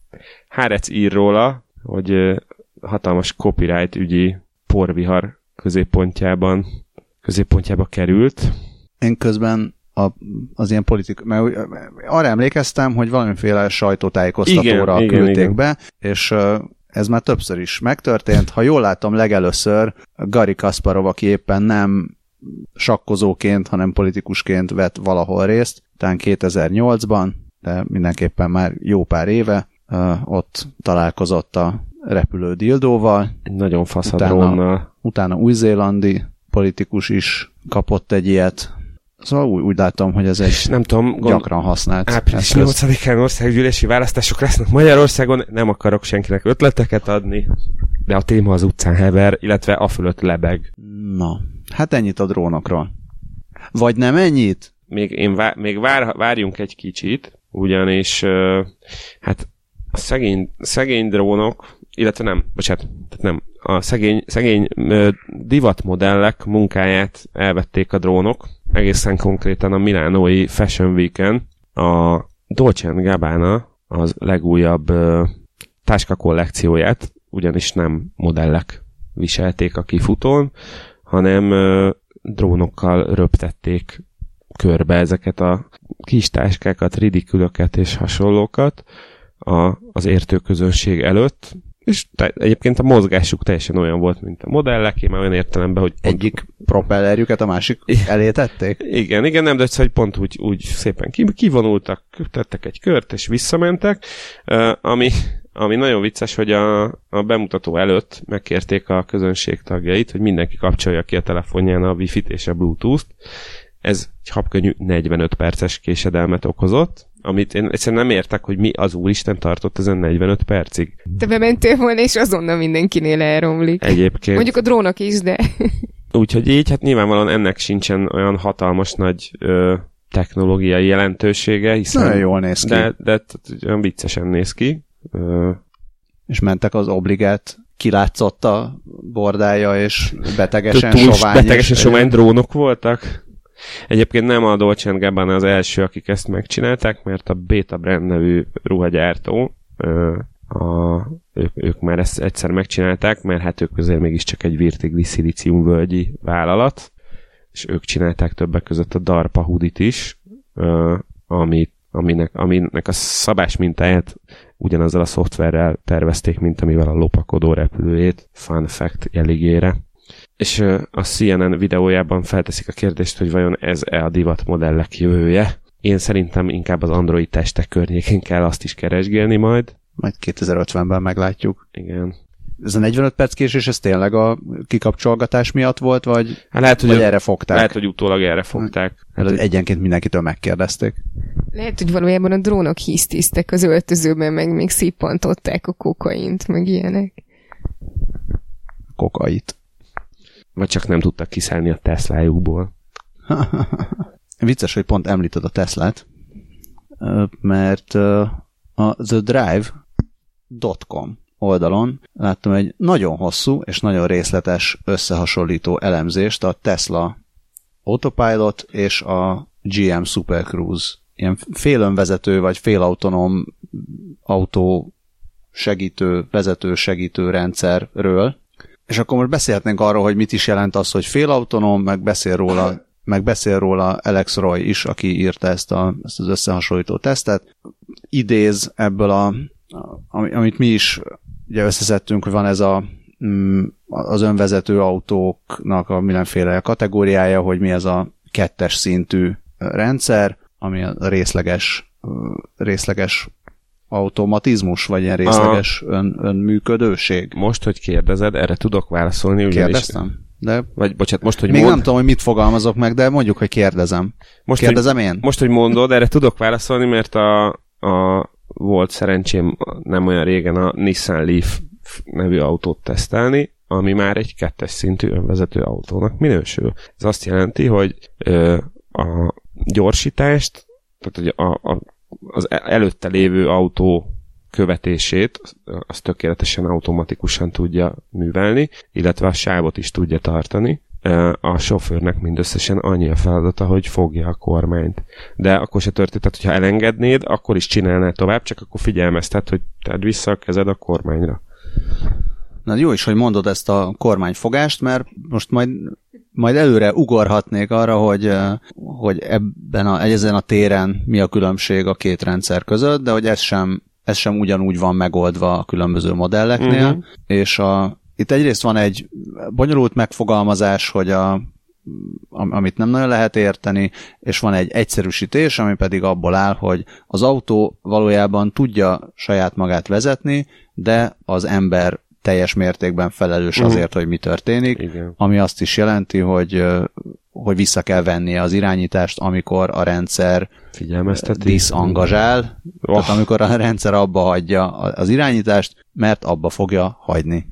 Hárec ír róla, hogy hatalmas copyright ügyi porvihar középpontjában középpontjába került. Én közben a, az ilyen politik... Mert arra emlékeztem, hogy valamiféle sajtótájékoztatóra igen, küldték igen, be, igen. És ez már többször is megtörtént. Ha jól látom, legelőször Garry Kasparov, aki éppen nem sakkozóként, hanem politikusként vett valahol részt, talán kétezer-nyolcban, de mindenképpen már jó pár éve, ott találkozott a repülő dildóval. Egy nagyon fasz a drónnal. Utána új-zélandi politikus is kapott egy ilyet. Szóval úgy, úgy látom, hogy ez egy nem tudom, gyakran használt. április nyolcadikán országgyűlési választások lesznek Magyarországon, nem akarok senkinek ötleteket adni, de a téma az utcán hever, illetve a fölött lebeg. Na, hát ennyit a drónokról. Vagy nem ennyit? Még, én vár, még vár, várjunk egy kicsit, ugyanis uh, hát a szegény, szegény drónok, illetve nem, bocsánat, tehát nem, a szegény, szegény uh, divatmodellek munkáját elvették a drónok, egészen konkrétan a milánói Fashion Week-en a Dolce and Gabbana az legújabb uh, táska kollekcióját, ugyanis nem modellek viselték a kifutón, hanem uh, drónokkal röptették körbe ezeket a kis táskákat, ridikülöket és hasonlókat a, az értőközönség előtt, és te, egyébként a mozgásuk teljesen olyan volt, mint a modelleké, már olyan értelemben, hogy... Egyik propellerjüket a másik elé tették? Igen, igen, nem, de hogy pont úgy, úgy szépen kivonultak, tettek egy kört, és visszamentek, uh, ami, ami nagyon vicces, hogy a, a bemutató előtt megkérték a közönség tagjait, hogy mindenki kapcsolja ki a telefonján a Wi-Fi-t és a Bluetooth-t. Ez egy habkönnyű negyvenöt perces késedelmet okozott, amit én egyszerűen nem értek, hogy mi az úristen tartott ezen negyvenöt percig. Te bementél volna, és azonnal mindenkinél elromlik. Egyébként. Mondjuk a drónok is, de... Úgyhogy így, hát nyilvánvalóan ennek sincsen olyan hatalmas nagy ö, technológiai jelentősége, hiszen... Nagyon jól néz ki. De, de olyan viccesen néz ki. Ö, és mentek az obligát kilátszott a bordája, és betegesen sovány. Betegesen sovány drónok voltak. Egyébként nem a Dolce and Gabbana az első, akik ezt megcsinálták, mert a Beta Brand nevű ruhagyártó, a, ők, ők már ezt egyszer megcsinálták, mert hát ők azért mégiscsak egy Virtigli szilíciumvölgyi vállalat, és ők csinálták többek között a DARPA hoodit is, amit, aminek, aminek a szabás mintáját ugyanazzal a szoftverrel tervezték, mint amivel a lopakodó repülőjét, fun fact jeligére. És a C N N videójában felteszik a kérdést, hogy vajon ez-e a divat modellek jövője. Én szerintem inkább az Android testek környékén kell azt is keresgélni majd. Majd kétezer-ötvenben meglátjuk. Igen. Ez a negyvenöt perc késés, ez tényleg a kikapcsolgatás miatt volt, vagy, hát lehet, vagy hogy erre fogták? Lehet, hogy utólag erre fogták. Hát, hát, egyenként mindenkitől megkérdezték. Lehet, hogy valójában a drónok hisztisztek az öltözőben, meg még szippantották a kokaint, meg ilyenek. Kokait. Vagy csak nem tudtak kiszállni a Teslájukból. Vicces, hogy pont említed a Teslát, mert a the drive dot com oldalon láttam egy nagyon hosszú és nagyon részletes összehasonlító elemzést a Tesla Autopilot és a G M Super Cruise, ilyen félönvezető vagy félautonóm autó segítő, vezető segítő rendszerről. És akkor most beszélhetnénk arról, hogy mit is jelent az, hogy félautonóm, meg beszél róla, meg beszél róla Alex Roy is, aki írta ezt, a, ezt az összehasonlító tesztet. Idéz ebből, a, amit mi is ugye összeszedtünk, hogy van ez a, az önvezető autóknak a mindenféle kategóriája, hogy mi ez a kettes szintű rendszer, ami a részleges, részleges automatizmus, vagy ilyen részleges ön, önműködőség. Most, hogy kérdezed, erre tudok válaszolni. Ugyanis... Kérdeztem? De vagy, bocsánat, most, hogy még mond... nem tudom, hogy mit fogalmazok meg, de mondjuk, hogy kérdezem. Most, Kérdezem hogy, én? Most, hogy mondod, erre tudok válaszolni, mert a, a volt szerencsém nem olyan régen a Nissan Leaf nevű autót tesztelni, ami már egy kettes szintű önvezető autónak minősül. Ez azt jelenti, hogy ö, a gyorsítást, tehát hogy a, a, az előtte lévő autó követését, az tökéletesen automatikusan tudja művelni, illetve a sávot is tudja tartani. A sofőrnek mindösszesen annyi a feladata, hogy fogja a kormányt. De akkor se történt, tehát hogyha elengednéd, akkor is csinálnád tovább, csak akkor figyelmeztet, hogy tedd vissza a kezed a kormányra. Na jó is, hogy mondod ezt a kormányfogást, mert most majd, majd előre ugorhatnék arra, hogy, hogy ebben a, ezen a téren mi a különbség a két rendszer között, de hogy ez sem, ez sem ugyanúgy van megoldva a különböző modelleknél, uh-huh. és a, itt egyrészt van egy bonyolult megfogalmazás, hogy a, amit nem nagyon lehet érteni, és van egy egyszerűsítés, ami pedig abból áll, hogy az autó valójában tudja saját magát vezetni, de az ember teljes mértékben felelős azért, hogy mi történik, Igen. ami azt is jelenti, hogy, hogy vissza kell vennie az irányítást, amikor a rendszer diszangazsál, oh. tehát amikor a rendszer abba hagyja az irányítást, mert abba fogja hagyni.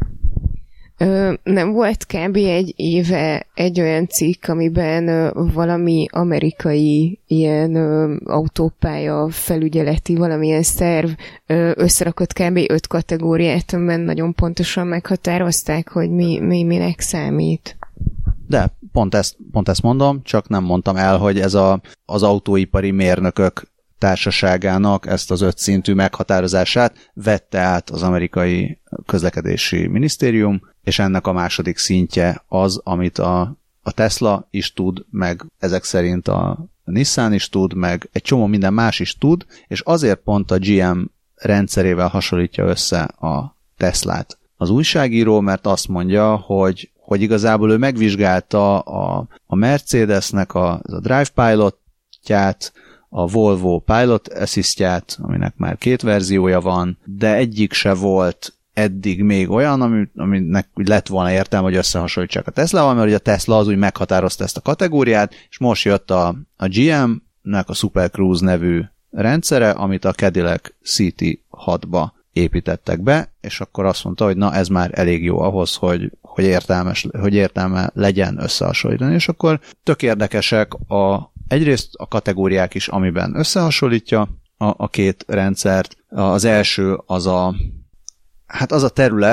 Ö, nem volt kb. Egy éve egy olyan cikk, amiben ö, valami amerikai ilyen ö, autópálya felügyeleti valamilyen szerv ö, összerakott kb. öt kategóriát, amiben nagyon pontosan meghatározták, hogy mi, mi minek számít. De pont ezt, pont ezt mondom, csak nem mondtam el, hogy ez a, az autóipari mérnökök társaságának ezt az öt szintű meghatározását vette át az amerikai közlekedési minisztérium, és ennek a második szintje az, amit a, a Tesla is tud, meg ezek szerint a Nissan is tud, meg egy csomó minden más is tud, és azért pont a G M rendszerével hasonlítja össze a Teslát az újságíró, mert azt mondja, hogy, hogy igazából ő megvizsgálta a, a Mercedesnek a, a Drive Pilotját, a Volvo Pilot Assistját, aminek már két verziója van, de egyik se volt eddig még olyan, ami, aminek úgy lett volna értelme, hogy összehasonlítsák a Teslával, mert ugye a Tesla az úgy meghatározta ezt a kategóriát, és most jött a, a G M-nek a Super Cruise nevű rendszere, amit a Cadillac C T hatba építettek be, és akkor azt mondta, hogy na ez már elég jó ahhoz, hogy, hogy, értelmes, hogy értelme legyen összehasonlítani, és akkor tök érdekesek a egyrészt a kategóriák is, amiben összehasonlítja a, a két rendszert. Az első az a, hát az a terület,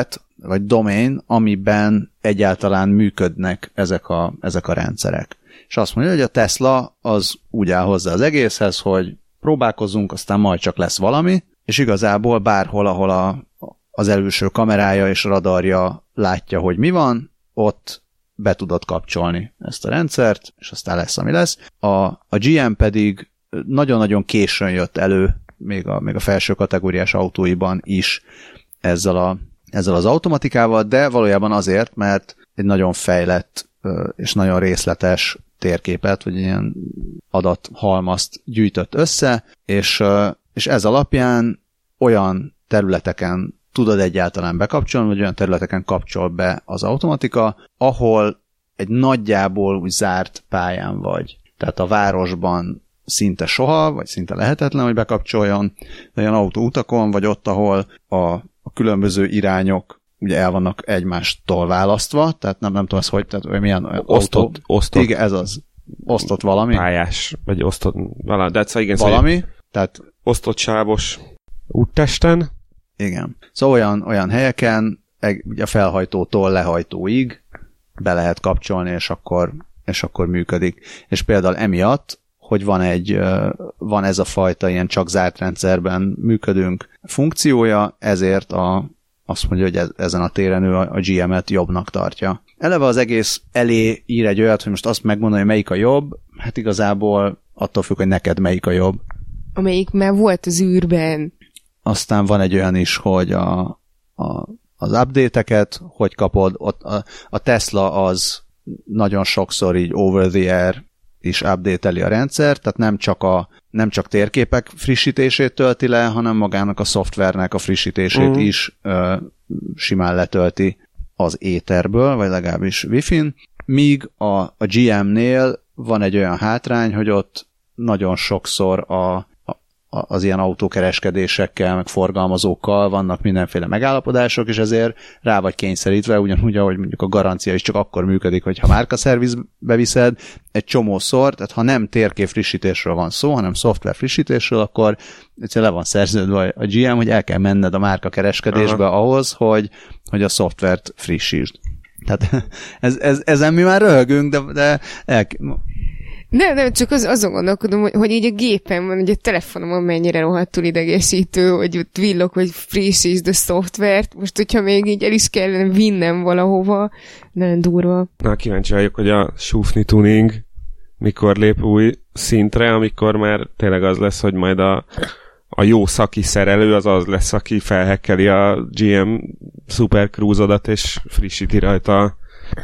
vagy domain, amiben egyáltalán működnek ezek a, ezek a rendszerek. És azt mondja, hogy a Tesla az úgy áll hozzá az egészhez, hogy próbálkozunk, aztán majd csak lesz valami, és igazából bárhol, ahol a, az előső kamerája és radarja látja, hogy mi van, ott be tudod kapcsolni ezt a rendszert, és aztán lesz, ami lesz. A, a gé em pedig nagyon-nagyon későn jött elő, még a, még a felső kategóriás autóiban is ezzel, a, ezzel az automatikával, de valójában azért, mert egy nagyon fejlett és nagyon részletes térképet, vagy ilyen adathalmazt gyűjtött össze, és, és ez alapján olyan területeken tudod egyáltalán bekapcsolni, vagy olyan területeken kapcsol be az automatika, ahol egy nagyjából úgy zárt pályán vagy. Tehát a városban szinte soha, vagy szinte lehetetlen, hogy bekapcsoljon, de olyan autóutakon, vagy ott, ahol a, a különböző irányok ugye el vannak egymástól választva, tehát nem, nem tudom ez hogy, tehát milyen osztott, autó. Osztott. Igen, ez az. Osztott valami. Pályás, vagy osztott valami. De szóval igen, valami. Szóval tehát osztott sávos úttesten. Igen. Szóval olyan, olyan helyeken a felhajtótól lehajtóig be lehet kapcsolni, és akkor, és akkor működik. És például emiatt, hogy van egy, van ez a fajta ilyen csak zárt rendszerben működünk funkciója, ezért a, azt mondja, hogy ezen a téren ő a gé em-et jobbnak tartja. Eleve az egész elé ír egy olyat, hogy most azt megmondani, hogy melyik a jobb, hát igazából attól függ, hogy neked melyik a jobb. Amelyik már volt az űrben. Aztán van egy olyan is, hogy a, a, az update-eket hogy kapod, ott a, a Tesla az nagyon sokszor így over the air is update-eli a rendszer, tehát nem csak, a, nem csak térképek frissítését tölti le, hanem magának a szoftvernek a frissítését mm. is ö, simán letölti az éterből, vagy legalábbis Wi-Fi-n, míg a, a gé em-nél van egy olyan hátrány, hogy ott nagyon sokszor a az ilyen autókereskedésekkel, meg forgalmazókkal vannak mindenféle megállapodások, és ezért rá vagy kényszerítve, ugyanúgy, ahogy mondjuk a garancia is csak akkor működik, hogyha márkaszervizbe viszed, egy csomószor, tehát ha nem térkép frissítésről van szó, hanem szoftver frissítésről, akkor egyszerűen le van szerződve a gé em, hogy el kell menned a márkakereskedésbe Aha. ahhoz, hogy, hogy a szoftvert frissítsd. Tehát ez, ez, ezen mi már röhögünk, de, de el, Nem, nem, csak az, azon gondolkodom, hogy, hogy így a gépen van, hogy a telefonomon mennyire rohadtul idegesítő, hogy ott villog, hogy frissítsd a szoftvert. Most, hogyha még így el is kellene vinnem valahova, nagyon durva. Na, kíváncsi vagyok, hogy a Sufni Tuning mikor lép új szintre, amikor már tényleg az lesz, hogy majd a, a jó szaki szerelő az az lesz, aki felhekkeli a gé em Super Cruise-odat, és frissíti rajta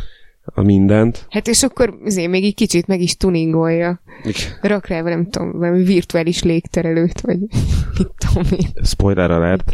a mindent. Hát és akkor azért még egy kicsit meg is tuningolja. Rak rá, nem tudom, valami virtuális légterelőt, vagy mit tudom én. Spoiler alert.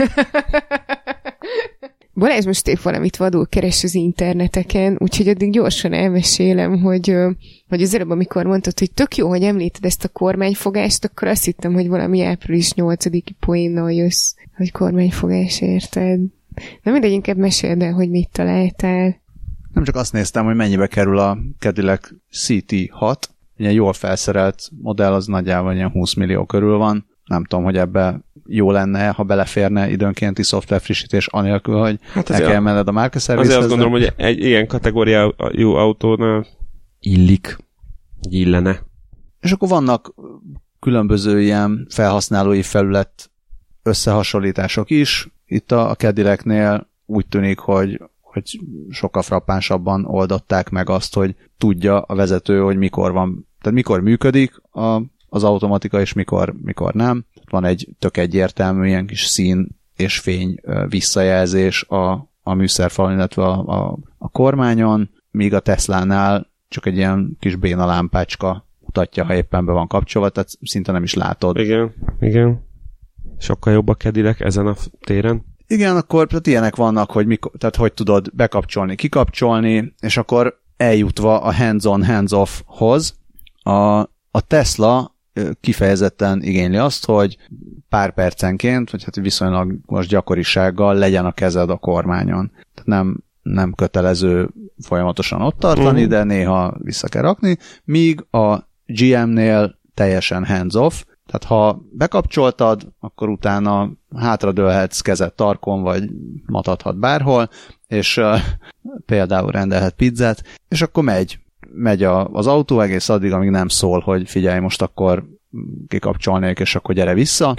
Balázs most épp valamit vadul keres az interneteken, úgyhogy addig gyorsan elmesélem, hogy, hogy az előbb, amikor mondtad, hogy tök jó, hogy említed ezt a kormányfogást, akkor azt hittem, hogy valami április nyolcadiki poénnal jössz, hogy kormányfogás, érted? Na mindegy, inkább meséld el, hogy mit találtál. Nem csak azt néztem, hogy mennyibe kerül a Cadillac cé té hat, ilyen jól felszerelt modell, az nagyjából ilyen húsz millió körül van. Nem tudom, hogy ebbe jó lenne, ha beleférne időnkénti szoftverfrissítés anélkül, hogy hát el kell menned a márkaszervizhez. Azért azt gondolom, hogy egy ilyen kategóriájú jó autónál illik, illene. És akkor vannak különböző ilyen felhasználói felület összehasonlítások is. Itt a Cadillacnél úgy tűnik, hogy hogy sokkal frappánsabban oldották meg azt, hogy tudja a vezető, hogy mikor van, tehát mikor működik a, az automatika, és mikor, mikor nem. Van egy tök egyértelmű ilyen kis szín és fény visszajelzés a, a műszerfalon, illetve a, a, a kormányon, míg a Teslánál csak egy ilyen kis béna lámpácska mutatja, ha éppen be van kapcsolva, tehát szinte nem is látod. Igen, igen. Sokkal jobb a Cadillac ezen a téren. Igen, akkor tehát ilyenek vannak, hogy, mikor, tehát hogy tudod bekapcsolni, kikapcsolni, és akkor eljutva a hands-on, hands-off-hoz, a, a Tesla kifejezetten igényli azt, hogy pár percenként, vagy hát viszonylag most gyakorisággal legyen a kezed a kormányon. Tehát nem, nem kötelező folyamatosan ott tartani, mm. de néha vissza kell rakni, míg a gé em-nél teljesen hands-off, Tehát ha bekapcsoltad, akkor utána hátradőlhetsz kezed tarkon, vagy matadhat bárhol, és uh, például rendelhet pizzát, és akkor megy. Megy a, az autó egész addig, amíg nem szól, hogy figyelj, most akkor kikapcsolnék, és akkor gyere vissza.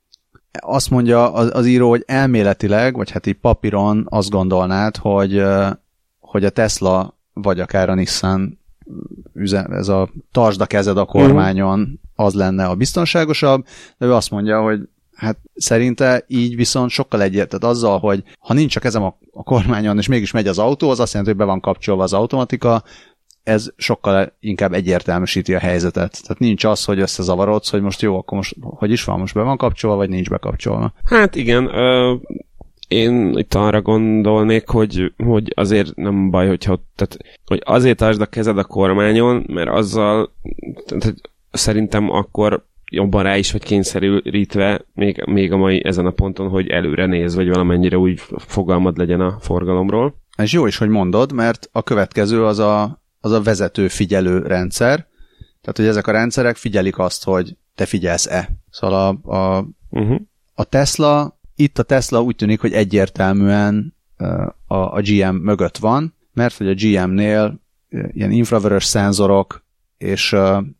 Azt mondja az, az író, hogy elméletileg, vagy hát így papíron azt gondolnád, hogy, uh, hogy a Tesla, vagy akár a Nissan üzem, ez a tartsd a kezed a kormányon, az lenne a biztonságosabb, de ő azt mondja, hogy hát szerinte így viszont sokkal egyért, tehát azzal, hogy ha nincs a kezem a, a kormányon, és mégis megy az autó, az azt jelenti, hogy be van kapcsolva az automatika, ez sokkal inkább egyértelműsíti a helyzetet. Tehát nincs az, hogy összezavarodsz, hogy most jó, akkor most hogy is van, most be van kapcsolva, vagy nincs bekapcsolva. Hát igen, ö, én itt arra gondolnék, hogy, hogy azért nem baj, hogyha tehát, hogy azért tartsd a kezed a kormányon, mert azzal tehát, szerintem akkor jobban rá is vagy kényszerülítve még, még a mai ezen a ponton, hogy előre néz, vagy valamennyire úgy fogalmad legyen a forgalomról. És jó is, hogy mondod, mert a következő az a, az a vezető figyelő rendszer. Tehát, hogy ezek a rendszerek figyelik azt, hogy te figyelsz-e. Szóval a, a, uh-huh. a Tesla, itt a Tesla úgy tűnik, hogy egyértelműen a, a gé em mögött van, mert hogy a gé em-nél ilyen infravörös szenzorok és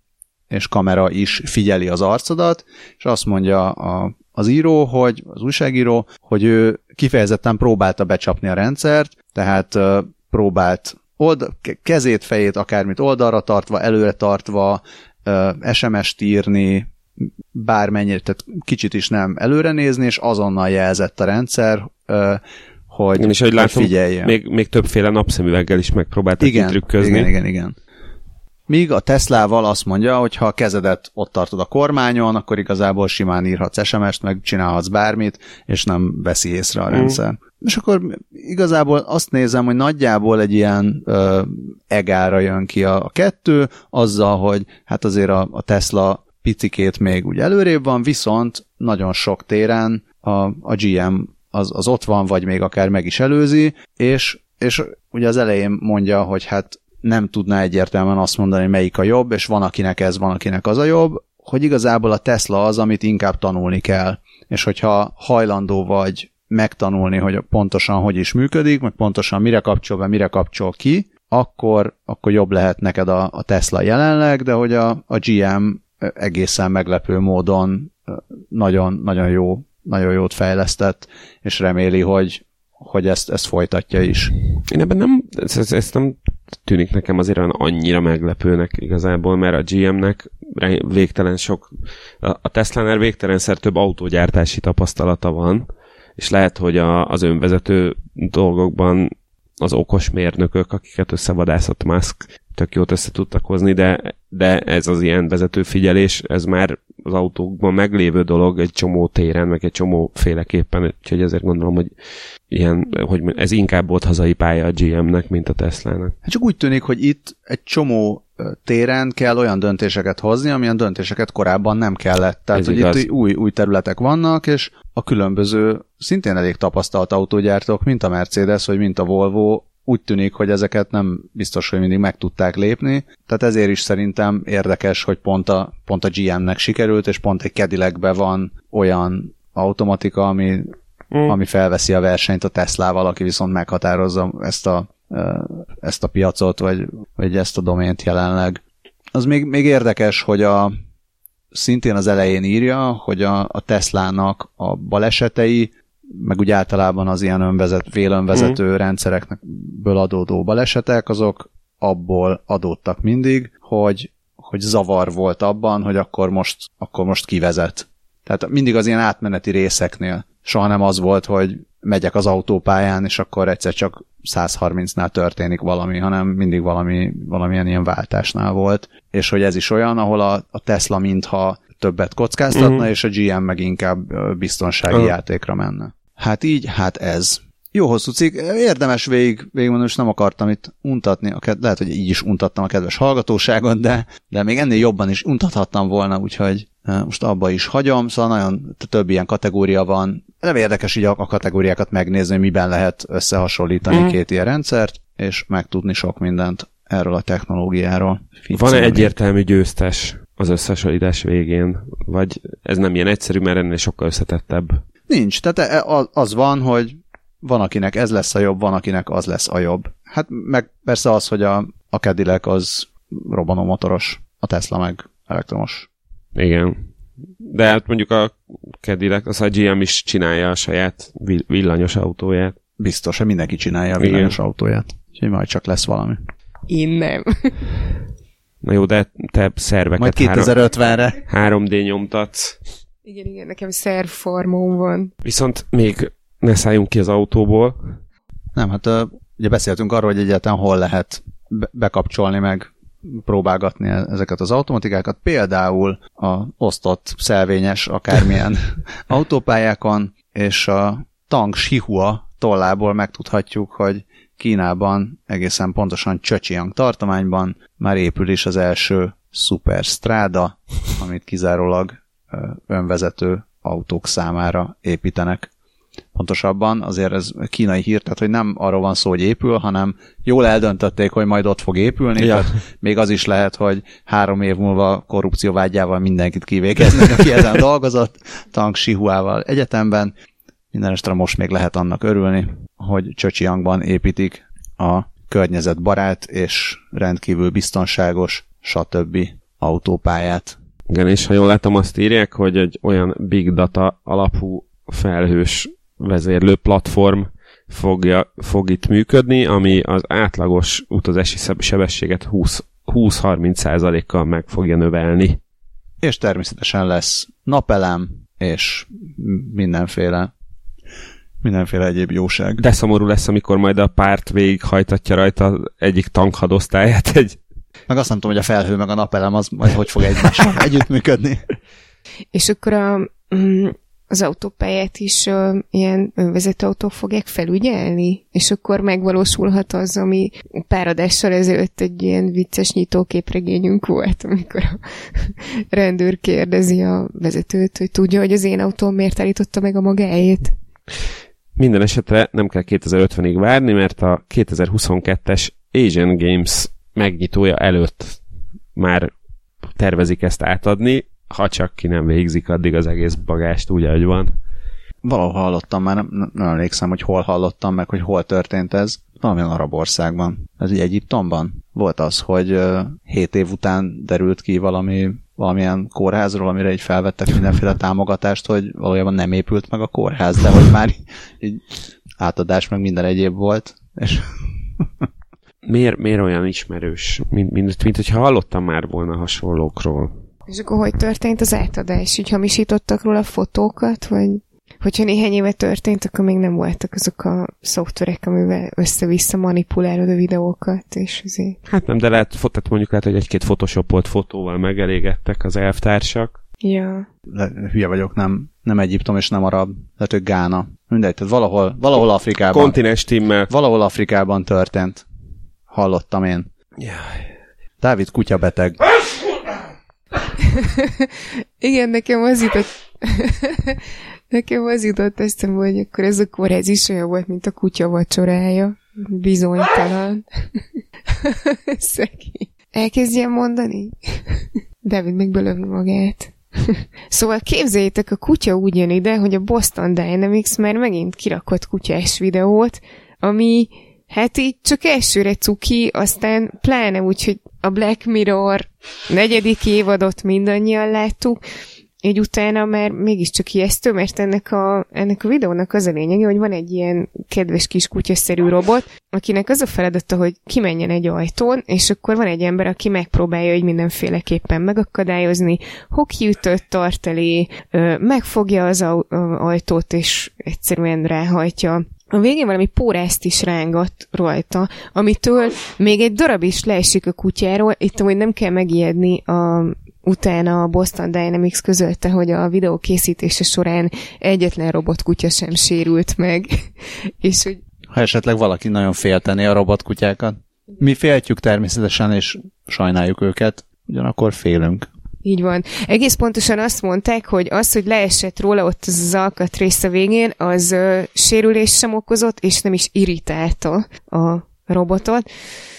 és kamera is figyeli az arcodat, és azt mondja a, az író, hogy az újságíró, hogy ő kifejezetten próbálta becsapni a rendszert, tehát uh, próbált old, kezét, fejét, akármit oldalra tartva, előre tartva, uh, es em est írni, bármennyire, tehát kicsit is nem előre nézni, és azonnal jelzett a rendszer, uh, hogy, igen, és hogy látom, figyeljen. Még, még többféle napszemüveggel is megpróbáltak kitrükközni. Igen, igen, igen. Míg a Teslával azt mondja, hogy ha a kezedet ott tartod a kormányon, akkor igazából simán írhatsz es em est, meg csinálhatsz bármit, és nem veszi észre a rendszer. Mm. És akkor igazából azt nézem, hogy nagyjából egy ilyen ö, egára jön ki a, a kettő, azzal, hogy hát azért a, a Tesla picikét még úgy előrébb van, viszont nagyon sok téren a, a gé em az, az ott van, vagy még akár meg is előzi, és, és ugye az elején mondja, hogy hát nem tudná egyértelműen azt mondani, melyik a jobb, és van akinek ez, van akinek az a jobb, hogy igazából a Tesla az, amit inkább tanulni kell. És hogyha hajlandó vagy megtanulni, hogy pontosan hogy is működik, meg pontosan mire kapcsol be, mire kapcsol ki, akkor, akkor jobb lehet neked a, a Tesla jelenleg, de hogy a, a gé em egészen meglepő módon nagyon, nagyon jó, nagyon jót fejlesztett, és reméli, hogy, hogy ezt, ezt folytatja is. Én ebben nem, ezt, ezt nem tűnik nekem azért annyira meglepőnek igazából, mert a gé em-nek végtelen sok, a Tesla-nál végtelenszer több autógyártási tapasztalata van, és lehet, hogy a, az önvezető dolgokban az okos mérnökök, akiket összevadászott Musk, tök jót össze tudtak hozni, de, de ez az ilyen vezetőfigyelés, ez már az autókban meglévő dolog egy csomó téren, meg egy csomó féleképpen, úgyhogy ezért gondolom, hogy ilyen, hogy ez inkább volt hazai pálya a gé em-nek, mint a Teslának. Hát csak úgy tűnik, hogy itt egy csomó téren kell olyan döntéseket hozni, amilyen döntéseket korábban nem kellett. Tehát, ez hogy igaz. Itt új, új területek vannak, és a különböző, szintén elég tapasztalt autógyártók, mint a Mercedes, vagy mint a Volvo, úgy tűnik, hogy ezeket nem biztos, hogy mindig meg tudták lépni. Tehát ezért is szerintem érdekes, hogy pont a, pont a gé em-nek sikerült, és pont egy Cadillacben van olyan automatika, ami, mm. ami felveszi a versenyt a Teslával, aki viszont meghatározza ezt a, ezt a piacot, vagy, vagy ezt a domént jelenleg. Az még, még érdekes, hogy a, szintén az elején írja, hogy a, a Teslának a balesetei, meg úgy általában az ilyen önvezet, vélönvezető mm. rendszerekből adódó balesetek, azok abból adódtak mindig, hogy, hogy zavar volt abban, hogy akkor most, akkor most kivezet. Tehát mindig az ilyen átmeneti részeknél. Soha nem az volt, hogy megyek az autópályán, és akkor egyszer csak száz harmincnál történik valami, hanem mindig valami, valamilyen ilyen váltásnál volt. És hogy ez is olyan, ahol a, a Tesla mintha többet kockáztatna, mm. és a gé em meg inkább biztonsági mm. játékra menne. Hát így, hát ez. Jó hosszú cikk, érdemes végig, végigmondani, és nem akartam itt untatni, a ked- lehet, hogy így is untattam a kedves hallgatóságot, de, de még ennél jobban is untathattam volna, úgyhogy most abba is hagyom, szóval nagyon több ilyen kategória van. Nem érdekes így a, a kategóriákat megnézni, miben lehet összehasonlítani mm. két ilyen rendszert, és megtudni sok mindent erről a technológiáról. Van-e egyértelmű győztes az összehasonlítás végén? Vagy ez nem ilyen egyszerű, mert ennél sokkal összetettebb? Nincs. Tehát az van, hogy van, akinek ez lesz a jobb, van, akinek az lesz a jobb. Hát meg persze az, hogy a, a Cadillac az robbanómotoros, a Tesla meg elektromos. Igen. De hát mondjuk a Cadillac, az a gé em is csinálja a saját villanyos autóját. Biztos, hogy mindenki csinálja a villanyos Igen. autóját. Úgyhogy majd csak lesz valami. Én nem. Na jó, de te szerveket majd kétezer-ötvenre három dé nyomtatsz. Igen, igen, nekem szervfarmom van. Viszont még ne szálljunk ki az autóból. Nem, hát ugye beszéltünk arról, hogy egyáltalán hol lehet be- bekapcsolni meg próbálgatni ezeket az automatikákat, például a osztott szelvényes akármilyen autópályákon, és a Tang Shihua tollából megtudhatjuk, hogy Kínában, egészen pontosan Zhejiang tartományban már épül is az első szuperstráda, amit kizárólag önvezető autók számára építenek. Pontosabban azért ez kínai hír, tehát hogy nem arról van szó, hogy épül, hanem jól eldöntötték, hogy majd ott fog épülni, ja. Tehát még az is lehet, hogy három év múlva korrupcióvágyával mindenkit kivégeznek, aki ezen dolgozott, Tang Shihuával egyetemben. Minden estre most még lehet annak örülni, hogy Zhejiangban építik a környezetbarát és rendkívül biztonságos, stb. Autópályát. Igen, és ha jól látom, azt írják, hogy egy olyan big data alapú felhős vezérlő platform fogja, fog itt működni, ami az átlagos utazási sebességet húsz-harminc százalékkal meg fogja növelni. És természetesen lesz napelem, és mindenféle mindenféle egyéb jóság. De szomorú lesz, amikor majd a párt végighajtatja rajta egyik tankhadosztályát egy... Meg azt nem tudom, hogy a felhő meg a napelem az majd hogy fog egymással együttműködni. És akkor a, az autópályát is uh, ilyen önvezető autók fogják felügyelni, és akkor megvalósulhat az, ami pár adással ezelőtt egy ilyen vicces nyitóképregényünk volt, amikor a rendőr kérdezi a vezetőt, hogy tudja, hogy az én autóm miért állította meg a magáét. Minden esetre nem kell kétezer-ötvenig várni, mert a kétezer-huszonkettes Asian Games megnyitója előtt már tervezik ezt átadni, ha csak ki nem végzik addig az egész bagást úgy, ahogy van. Valahol hallottam, már nem, nem emlékszem, hogy hol hallottam meg, hogy hol történt ez. Valamilyen arab országban. Ez így Egyiptomban. Volt az, hogy hét év után derült ki valami, valamilyen kórházról, amire így felvettek mindenféle támogatást, hogy valójában nem épült meg a kórház, de hogy már így átadás meg minden egyéb volt. És... miért, miért olyan ismerős? Mint, mint, mint hogyha hallottam már volna hasonlókról. És akkor hogy történt az átadás? Így hamisítottak róla fotókat, vagy hogyha néhány éve történt, akkor még nem voltak azok a szoftverek, amivel össze-vissza manipulálod a videókat, és azért... Hát nem, de lehet, tehát mondjuk lehet, hogy egy-két photoshopolt fotóval megelégettek az elvtársak. Ja. Le, hülye vagyok, nem, nem Egyiptom és nem arab, lehet, hogy Gána. Mindegy, tehát valahol, valahol Afrikában... Kontinens timmel. Valahol Afrikában történt. Hallottam én. Jaj. Dávid kutyabeteg. Igen, nekem az jutott... nekem az jutott eszembe, hogy akkor ez a kórház is olyan volt, mint a kutya vacsorája. Bizonytalan. Szegény. Elkezdjen mondani? Dávid megbelövi magát. Szóval képzeljétek, a kutya úgy jön ide, hogy a Boston Dynamics már megint kirakott kutyás videót, ami hát így csak elsőre cuki, aztán pláne úgy, hogy a Black Mirror negyedik évadot mindannyian láttuk, így utána már mégiscsak ijesztő, mert ennek a, ennek a videónak az a lényege, hogy van egy ilyen kedves kis kutyaszerű robot, akinek az a feladata, hogy kimenjen egy ajtón, és akkor van egy ember, aki megpróbálja, hogy mindenféleképpen megakadályozni, hokiütött tart elé, megfogja az ajtót, és egyszerűen ráhajtja. A végén valami pórázt is rángat rajta, amitől még egy darab is leesik a kutyáról, itt amúgy nem kell megijedni, a, utána a Boston Dynamics közölte, hogy a videó készítése során egyetlen robotkutya sem sérült meg, és hogy... Ha esetleg valaki nagyon féltené a robotkutyákat. Mi féltjük természetesen, és sajnáljuk őket, ugyanakkor félünk. Így van. Egész pontosan azt mondták, hogy az, hogy leesett róla ott az, az alkatrész a végén, az uh, sérülés sem okozott, és nem is irritálta a robotot.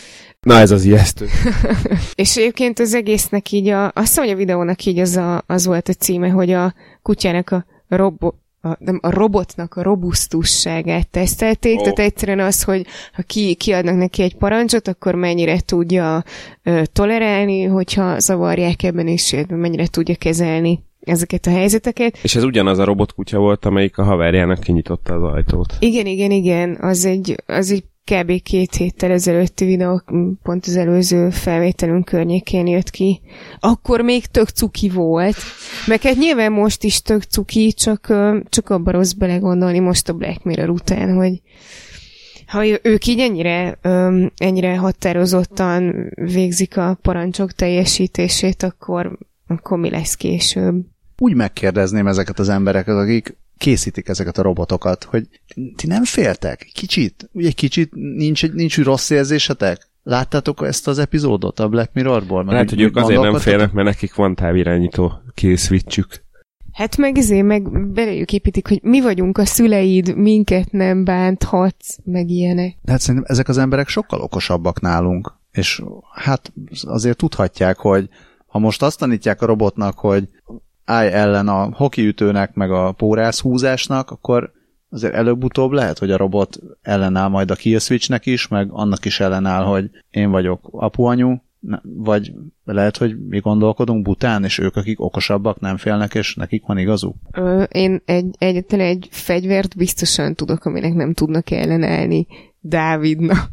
Na ez az ijesztő. És egyébként az egésznek így, a, azt hiszem, hogy a videónak így az, a, az volt a címe, hogy a kutyának a, robo, a, nem, a robotnak a robusztusságát tesztelték, oh. Tehát egyszerűen az, hogy ha ki, kiadnak neki egy parancsot, akkor mennyire tudja ö, tolerálni, hogyha zavarják ebben is, mennyire tudja kezelni ezeket a helyzeteket. És ez ugyanaz a robotkutya volt, amelyik a haverjának kinyitotta az ajtót. Igen, igen, igen. Az egy, az egy kb. Két héttel ezelőtti videó, pont az előző felvételünk környékén jött ki. Akkor még tök cuki volt. Meg hát nyilván most is tök cuki, csak, csak abba rossz belegondolni most a Black Mirror után, hogy ha ők így ennyire, ennyire határozottan végzik a parancsok teljesítését, akkor, akkor mi lesz később? Úgy megkérdezném ezeket az embereket, akik készítik ezeket a robotokat, hogy ti nem féltek? Kicsit? Ugye egy kicsit nincs, nincs úgy rossz érzésetek? Láttátok ezt az epizódot a Black Mirrorból? Lehet, hogy ők azért nem félnek, mert nekik van távirányító készvitsük. Hát meg ezért meg beléjük építik, hogy mi vagyunk a szüleid, minket nem bánthatsz, meg ilyenek. Hát szerintem ezek az emberek sokkal okosabbak nálunk, és hát azért tudhatják, hogy ha most azt tanítják a robotnak, hogy állj ellen a hokiütőnek, meg a pórászhúzásnak, akkor azért előbb-utóbb lehet, hogy a robot ellenáll majd a kill switchnek is, meg annak is ellenáll, hogy én vagyok apuanyu, vagy lehet, hogy mi gondolkodunk bután, és ők, akik okosabbak, nem félnek, és nekik van igazuk? Ö, én egy, egyetlen egy fegyvert biztosan tudok, aminek nem tudnak ellenállni. Dávidnak.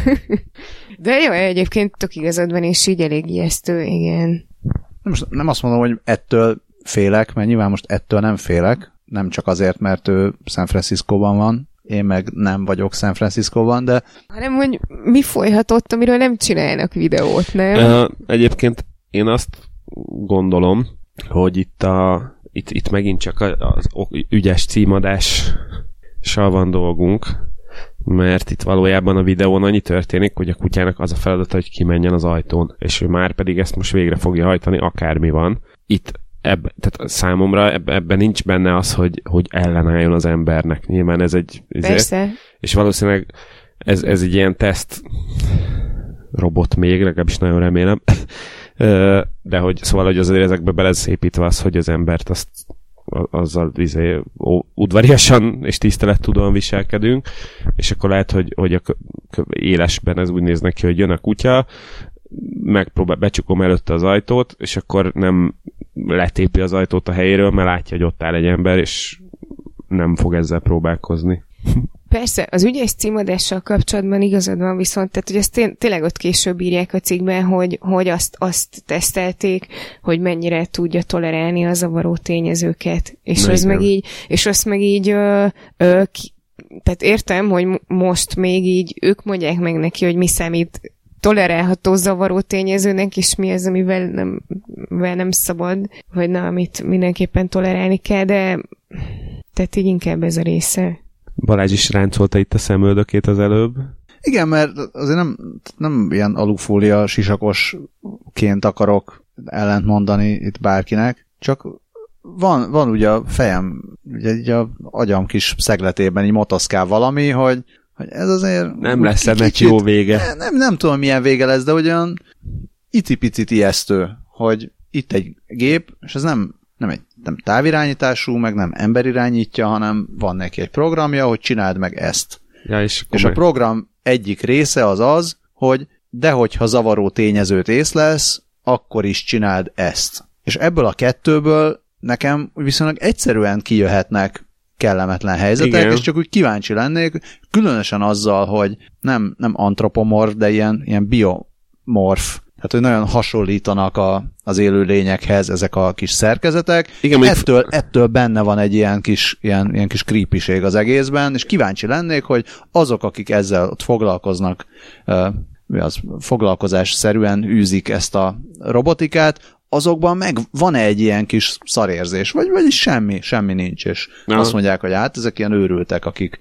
De jó, egyébként tök igazad van, és így elég ijesztő, igen. Nem, nem azt mondom, hogy ettől félek, mert nyilván most ettől nem félek, nem csak azért, mert ő San Franciscóban van, én meg nem vagyok San Franciscóban, de... Hanem, hogy mi folyhatott, amiről nem csinálnak videót, nem? Uh, egyébként én azt gondolom, hogy itt, a, itt, itt megint csak az ügyes címadással van dolgunk, mert itt valójában a videón annyi történik, hogy a kutyának az a feladata, hogy kimenjen az ajtón, és ő már pedig ezt most végre fogja hajtani, akármi van. Itt Ebbe, tehát számomra ebbe, ebben nincs benne az, hogy, hogy ellenálljon az embernek. Nyilván ez egy... Persze. Ezért, és valószínűleg ez, ez egy ilyen teszt robot még, legalábbis nagyon remélem. De hogy szóval, hogy azért ezekbe be lesz építve az, hogy az embert azt azzal izé, ó, udvariasan és tisztelettudóan viselkedünk, és akkor lehet, hogy, hogy a élesben ez úgy néz neki, hogy jön a kutya, megpróbál, becsukom előtte az ajtót, és akkor nem letépi az ajtót a helyéről, mert látja, hogy ott áll egy ember, és nem fog ezzel próbálkozni. Persze, az ügyes címadással kapcsolatban igazad van, viszont tehát, hogy ezt té- tényleg ott később írják a cikkben, hogy, hogy azt, azt tesztelték, hogy mennyire tudja tolerálni a zavaró tényezőket. És, az meg így, és azt meg így ö, ö, ki, tehát értem, hogy most még így ők mondják meg neki, hogy mi számít tolerálható zavaró tényezőnek, és mi az, amivel nem, nem szabad, vagy na, amit mindenképpen tolerálni kell, de tehát így inkább ez a része. Balázs is ráncolta itt a szemöldökét az előbb. Igen, mert azért nem, nem ilyen alufólia sisakosként akarok ellent mondani itt bárkinek, csak van, van ugye a fejem, ugye így a agyam kis szegletében így motoszkál valami, hogy hogy ez azért... Nem lesz ennek jó vége. Nem, nem, nem tudom, milyen vége lesz, de olyan icipicit ijesztő, hogy itt egy gép, és ez nem, nem egy nem távirányítású, meg nem ember irányítja, hanem van neki egy programja, hogy csináld meg ezt. Ja, és és a program egyik része az az, hogy de hogyha zavaró tényezőt észlelsz, akkor is csináld ezt. És ebből a kettőből nekem viszonylag egyszerűen kijöhetnek kellemetlen helyzetek, igen. És csak úgy kíváncsi lennék, különösen azzal, hogy nem, nem antropomorf, de ilyen, ilyen biomorf, tehát hogy nagyon hasonlítanak a, az élő lényekhez ezek a kis szerkezetek. Igen, ettől, f... ettől benne van egy ilyen kis, ilyen, ilyen kis creepység az egészben, és kíváncsi lennék, hogy azok, akik ezzel ott foglalkoznak, uh, mi az, foglalkozásszerűen űzik ezt a robotikát, azokban meg van-e egy ilyen kis szarérzés, vagy, vagy semmi, semmi nincs, és ja. Azt mondják, hogy hát ezek ilyen őrültek, akik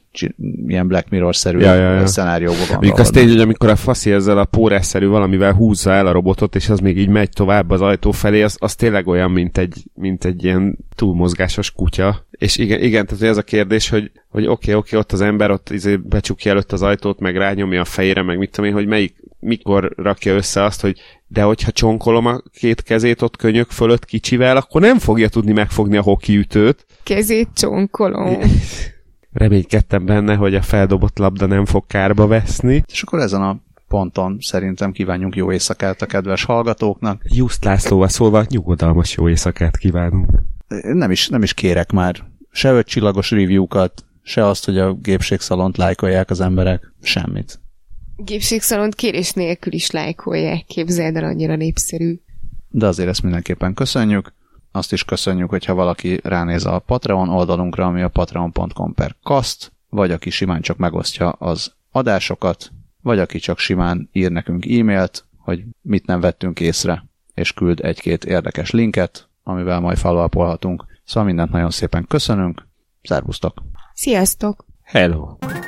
ilyen Black Mirror-szerű ja, ja, ja. szenárióban van. Mondjuk azt tény, hogy amikor a faszi ezzel a pórásszerű valamivel húzza el a robotot, és az még így megy tovább az ajtó felé, az, az tényleg olyan, mint egy, mint egy ilyen túlmozgásos kutya. És igen, igen tehát ez a kérdés, hogy, hogy oké, okay, oké, okay, ott az ember ott izé becsukja előtt az ajtót, meg rányomja a fejére, meg mit tudom én, hogy melyik mikor rakja össze azt, hogy de hogyha csonkolom a két kezét ott könyök fölött kicsivel, akkor nem fogja tudni megfogni a hokiütőt. Kezét csonkolom. Reménykedtem benne, hogy a feldobott labda nem fog kárba veszni. És akkor ezen a ponton szerintem kívánjunk jó éjszakát a kedves hallgatóknak. Just Lászlóval szólva nyugodalmas jó éjszakát kívánunk. Nem is, nem is kérek már se öt csillagos review-kat, se azt, hogy a gépségszalont lájkolják az emberek. Semmit. Gépségszalont kérés nélkül is lájkolják, képzeld el, annyira népszerű. De azért ezt mindenképpen köszönjük. Azt is köszönjük, hogyha valaki ránéz a Patreon oldalunkra, ami a patreon pont com per cast, vagy aki simán csak megosztja az adásokat, vagy aki csak simán ír nekünk e-mailt, hogy mit nem vettünk észre, és küld egy-két érdekes linket, amivel majd follow-upolhatunk. Szóval mindent nagyon szépen köszönünk. Szervusztok! Sziasztok! Hello!